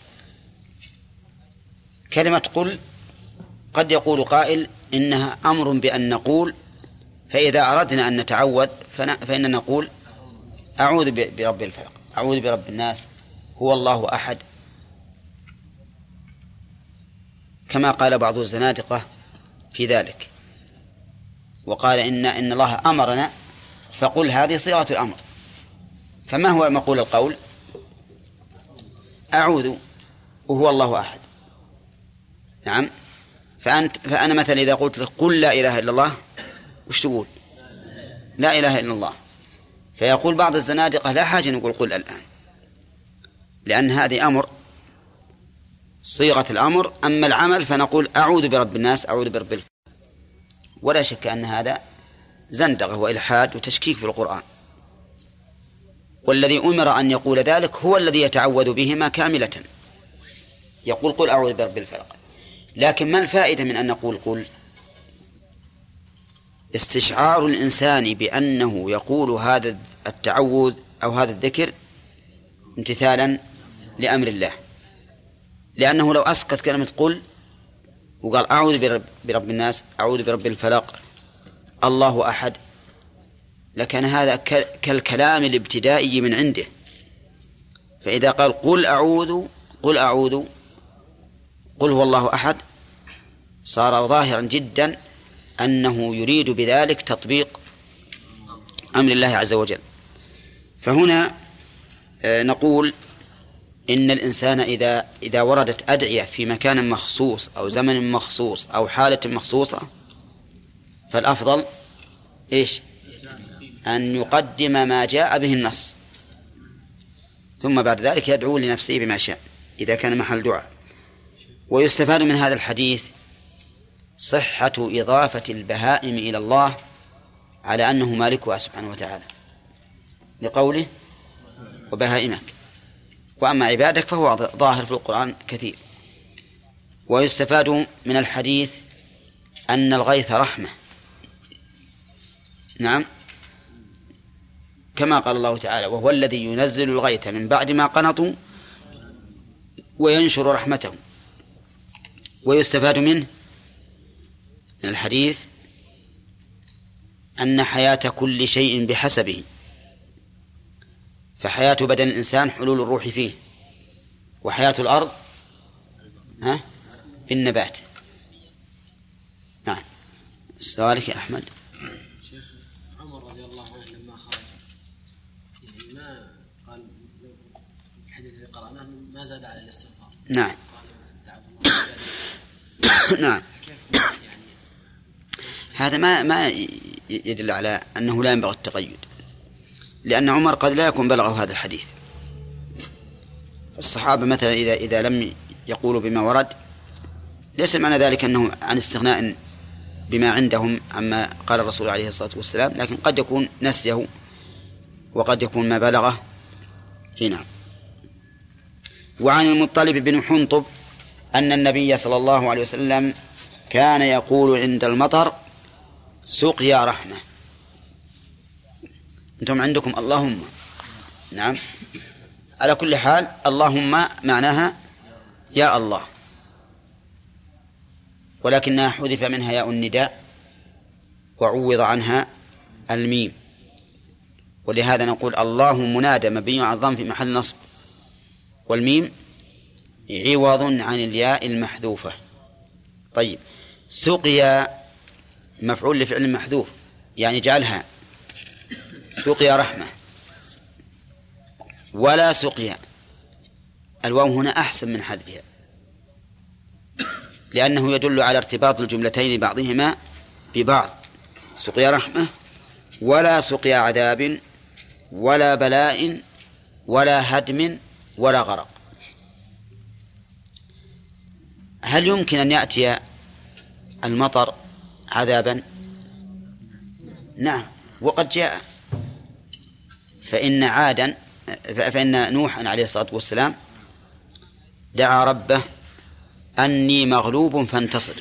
S1: كلمة قل قد يقول قائل إنها أمر بأن نقول، فإذا أردنا أن نتعوذ فإننا نقول أعوذ برب الفلق أعوذ برب الناس هو الله أحد، كما قال بعض الزنادقة في ذلك وقال إن إن الله أمرنا فقل هذه صيغة الأمر. فما هو مقول القول؟ أعوذ وهو الله أحد. نعم. فأنت فأنا مثلا إذا قلت لك قل لا إله إلا الله وش تقول؟ لا إله إلا الله. فيقول بعض الزنادقة لا حاجة نقول قل الآن، لأن هذه أمر صيغة الأمر، أما العمل فنقول أعوذ برب الناس أعوذ برب الفلق. ولا شك أن هذا زندقة وإلحاد وتشكيك في القرآن، والذي أمر أن يقول ذلك هو الذي يتعوذ بهما كاملة، يقول قل أعوذ برب الفلق. لكن ما الفائدة من أن نقول قل؟ استشعار الإنسان بأنه يقول هذا التعوذ أو هذا الذكر امتثالا لأمر الله، لأنه لو أسقط كلمة قل وقال أعوذ برب, برب الناس أعوذ برب الفلق الله أحد لكان هذا كالكلام الابتدائي من عنده. فإذا قال قل أعوذ قل أعوذ قل هو الله أحد صار ظاهرا جدا أنه يريد بذلك تطبيق أمر الله عز وجل. فهنا نقول إن الإنسان إذا إذا وردت أدعية في مكان مخصوص أو زمن مخصوص أو حالة مخصوصة فالأفضل إيش؟ أن يقدم ما جاء به النص، ثم بعد ذلك يدعو لنفسه بما شاء إذا كان محل دعاء. ويستفاد من هذا الحديث صحة إضافة البهائم إلى الله على أنه مالكها سبحانه وتعالى، لقوله وبهائمك، وأما عبادك فهو ظاهر في القرآن كثير. ويستفاد من الحديث أن الغيث رحمة، نعم، كما قال الله تعالى وهو الذي ينزل الغيث من بعد ما قنطوا وينشر رحمته. ويستفاد منه من الحديث أن حياة كل شيء بحسبه، فحياة بدن الإنسان حلول الروح فيه، وحياة الأرض ها في النبات. نعم. سؤالك يا أحمد.
S9: شيخ عمر رضي الله عنه لما خرج يعني ما قال الحديث اللي قرأناه ما زاد على الاستغفار.
S1: نعم. نعم. هذا ما ما يدل على أنه لا ينبغي التقيد، لأن عمر قد لا يكون بلغه هذا الحديث. الصحابة مثلا إذا إذا لم يقولوا بما ورد ليس معنى ذلك أنه عن استغناء بما عندهم عما قال الرسول عليه الصلاة والسلام، لكن قد يكون نسيه وقد يكون ما بلغه. هنا. وعن المطلب بن حنطب أن النبي صلى الله عليه وسلم كان يقول عند المطر سقيا رحمة. أنتم عندكم اللهم، نعم، على كل حال اللهم معناها يا الله، ولكنها حذف منها ياء النداء وعوض عنها الميم، ولهذا نقول الله منادى مبني على الضم في محل نصب، والميم عوض عن الياء المحذوفة. طيب، سقيا مفعول لفعل محذوف، يعني جعلها سقيا رحمة ولا سقيا. الواو هنا أحسن من حذفها، لأنه يدل على ارتباط الجملتين بعضهما ببعض. سقيا رحمة ولا سقيا عذاب ولا بلاء ولا هدم ولا غرق. هل يمكن أن يأتي المطر عذابا؟ نعم، وقد جاء. فإن عادا فإن نوحا عليه الصلاة والسلام دعا ربه أني مغلوب فانتصر،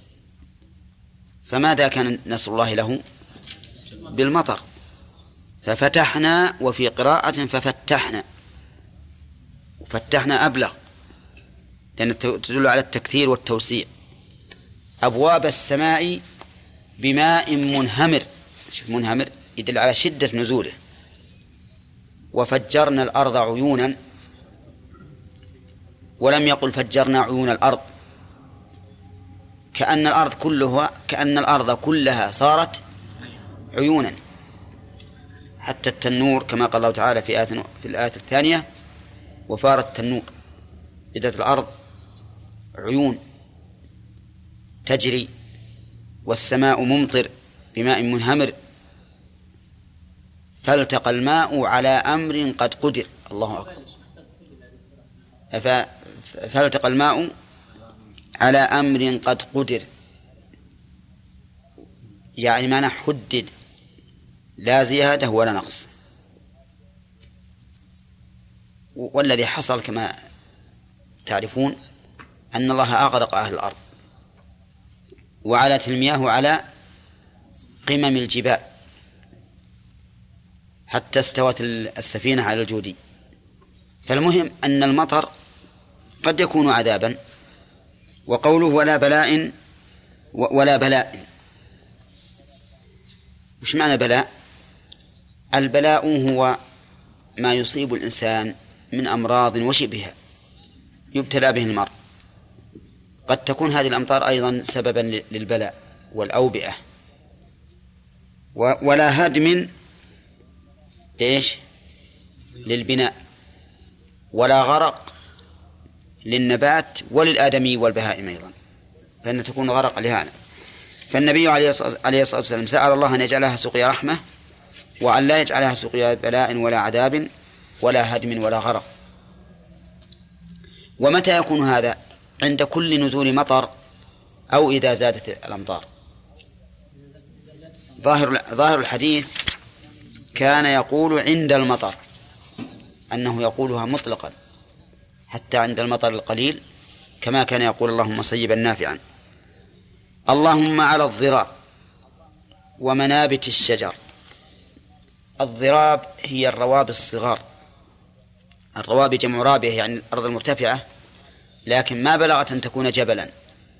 S1: فماذا كان نصر الله له؟ بالمطر. ففتحنا، وفي قراءة ففتحنا، وفتحنا أبلغ لأن تدل على التكثير والتوسيع. أبواب السماء بماء منهمر، شوف منهمر يدل على شدة نزوله. وفجرنا الأرض عيونا، ولم يقل فجرنا عيون الأرض، كأن الأرض كلها كأن الأرض كلها صارت عيونا، حتى التنور كما قال الله تعالى في آية في الآية الثانية وفار التنور. بدت الأرض عيون تجري، والسماء ممطر بماء منهمر. فالتقى الماء على أمر قد قدر. الله أكبر. فالتقى الماء على أمر قد قدر، يعني معنى حدد، لا زيادة ولا نقص. والذي حصل كما تعرفون أن الله أغرق أهل الأرض، وعلت المياه على قمم الجبال حتى استوت السفينة على الجودي. فالمهم أن المطر قد يكون عذابا. وقوله ولا بلاء ولا بلاء، وش معنى بلاء؟ البلاء هو ما يصيب الإنسان من أمراض وشبهها يبتلى به المرء. قد تكون هذه الأمطار أيضا سببا للبلاء والأوبئة. ولا هدم ليش؟ للبناء، ولا غرق للنبات وللآدمي والبهائم أيضا، فإن تكون غرق لهذا. فالنبي عليه الصلاة والسلام سأل الله أن يجعلها سقيا رحمة، وأن لا يجعلها سقيا بلاء ولا عذاب ولا هدم ولا غرق. ومتى يكون هذا؟ عند كل نزول مطر أو إذا زادت الأمطار. ظاهر ظاهر الحديث كان يقول عند المطر، أنه يقولها مطلقا حتى عند المطر القليل، كما كان يقول اللهم صيبا نافعا. اللهم على الضراب ومنابت الشجر. الضراب هي الروابي الصغار، الروابي جمع رابية يعني الأرض المرتفعة، لكن ما بلغت أن تكون جبلا.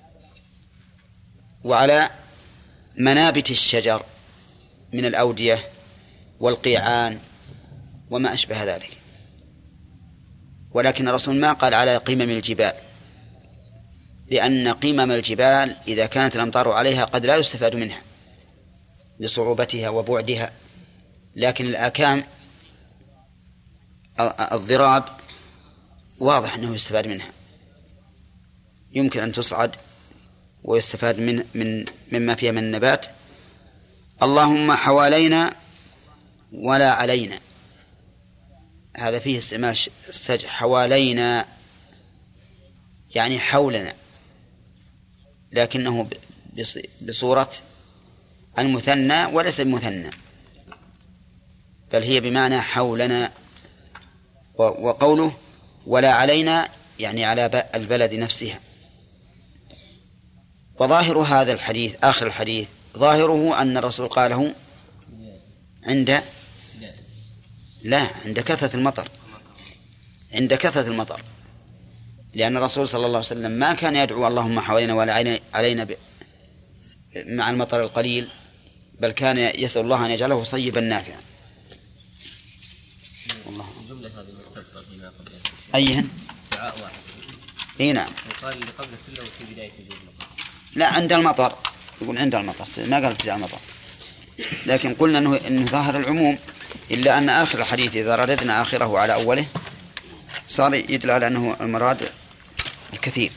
S1: وعلى منابت الشجر من الأودية والقيعان وما أشبه ذلك. ولكن الرسول ما قال على قمم الجبال، لأن قمم الجبال إذا كانت الأمطار عليها قد لا يستفاد منها لصعوبتها وبعدها، لكن الآكام الضراب واضح أنه يستفاد منها، يمكن أن تصعد ويستفاد من من مما فيها من النبات. اللهم حوالينا ولا علينا، هذا فيه استعمال السجع. حوالينا يعني حولنا، لكنه بصورة المثنى وليس المثنى، بل هي بمعنى حولنا. وقوله ولا علينا يعني على البلد نفسها. وظاهر هذا الحديث آخر الحديث ظاهره أن الرسول قاله عند لا عند كثرة المطر، عند كثرة المطر، لأن الرسول صلى الله عليه وسلم ما كان يدعو اللهم حوالينا ولا علينا مع المطر القليل، بل كان يسأل الله أن يجعله صيبا نافعا. والله
S3: الجملة هذه مرتبطة بما قبلها.
S1: أيهن؟
S3: دعاء واحد.
S1: إيه نعم.
S3: يقال اللي قبل كله في بداية وجود المطر.
S1: لا عند المطر، يقول عند المطر، ما قال ابتداء المطر، لكن قلنا إنه إنه ظاهر العموم، إلا أن آخر الحديث إذا رددنا آخره على أوله صار يدل على أنه المراد الكثير.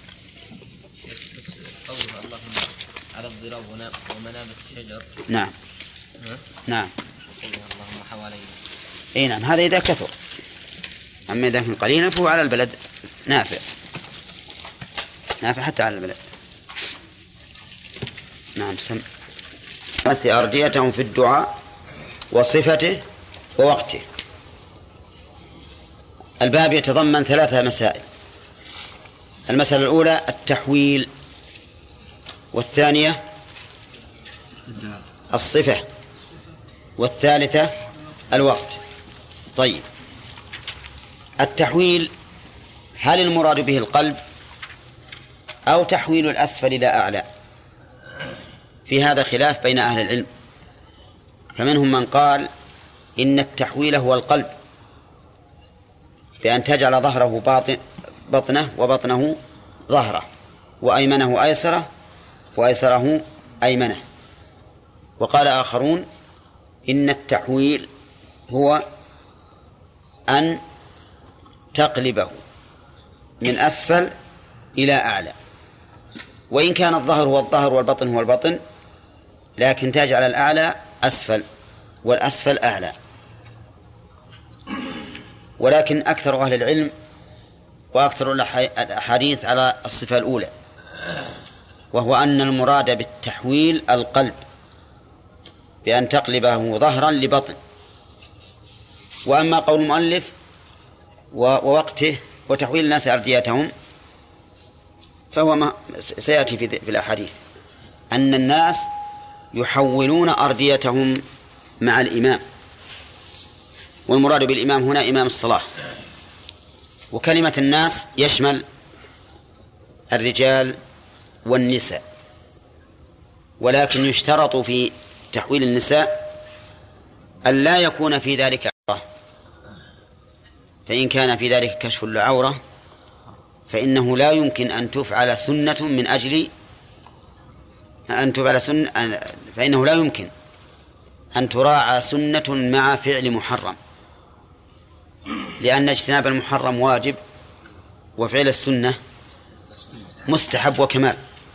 S3: قوله اللهم على الضراب ومنابت الشجر.
S1: نعم.
S3: ها؟
S1: نعم.
S3: قوله اللهم حوالينا.
S1: اي نعم، هذا إذا كثر. أما إذا كان قليلا فهو على البلد نافع، نافع حتى على البلد. نعم. سم بس أرجيتهم في الدعاء وصفته ووقته. الباب يتضمن ثلاثة مسائل. المسألة الأولى التحويل، والثانية الصفة، والثالثة الوقت. طيب، التحويل هل المراد به القلب أو تحويل الأسفل إلى أعلى؟ في هذا خلاف بين أهل العلم، فمنهم من قال إن التحويل هو القلب، بأن تجعل ظهره باطن بطنه وبطنه ظهره، وأيمنه أيسره وأيسره أيمنه. وقال آخرون إن التحويل هو أن تقلبه من أسفل إلى أعلى، وإن كان الظهر هو الظهر والبطن هو البطن، لكن تجعل الأعلى أسفل والأسفل أعلى. ولكن أكثر أهل العلم وأكثر الأحاديث على الصفة الأولى، وهو أن المراد بالتحويل القلب بأن تقلبه ظهرا لبطن. وأما قول المؤلف ووقته وتحويل الناس أرديتهم فهو ما سيأتي في الأحاديث أن الناس يحولون أرديتهم مع الإمام، والمراد بالإمام هنا إمام الصلاة. وكلمة الناس يشمل الرجال والنساء، ولكن يشترط في تحويل النساء أن لا يكون في ذلك عورة، فإن كان في ذلك كشف العورة فإنه لا يمكن أن تفعل سنة من أجل أن تفعل سنة، فإنه لا يمكن أن تراعى سنة مع فعل محرم، لأن اجتناب المحرم واجب وفعل السنة مستحب وكمال.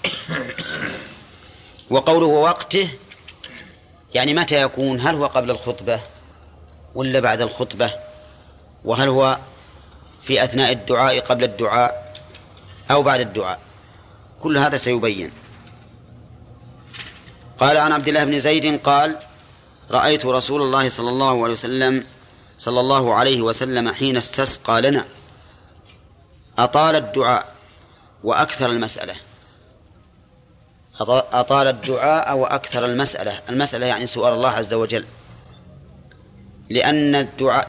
S1: وقوله وقته يعني متى يكون؟ هل هو قبل الخطبة ولا بعد الخطبة؟ وهل هو في أثناء الدعاء قبل الدعاء أو بعد الدعاء؟ كل هذا سيبين. قال عن عبد الله بن زيد قال رأيت رسول الله صلى الله عليه وسلم صلى الله عليه وسلم حين استسقى لنا أطال الدعاء وأكثر المسألة. أطال الدعاء وأكثر المسألة، المسألة يعني سؤال الله عز وجل، لأن الدعاء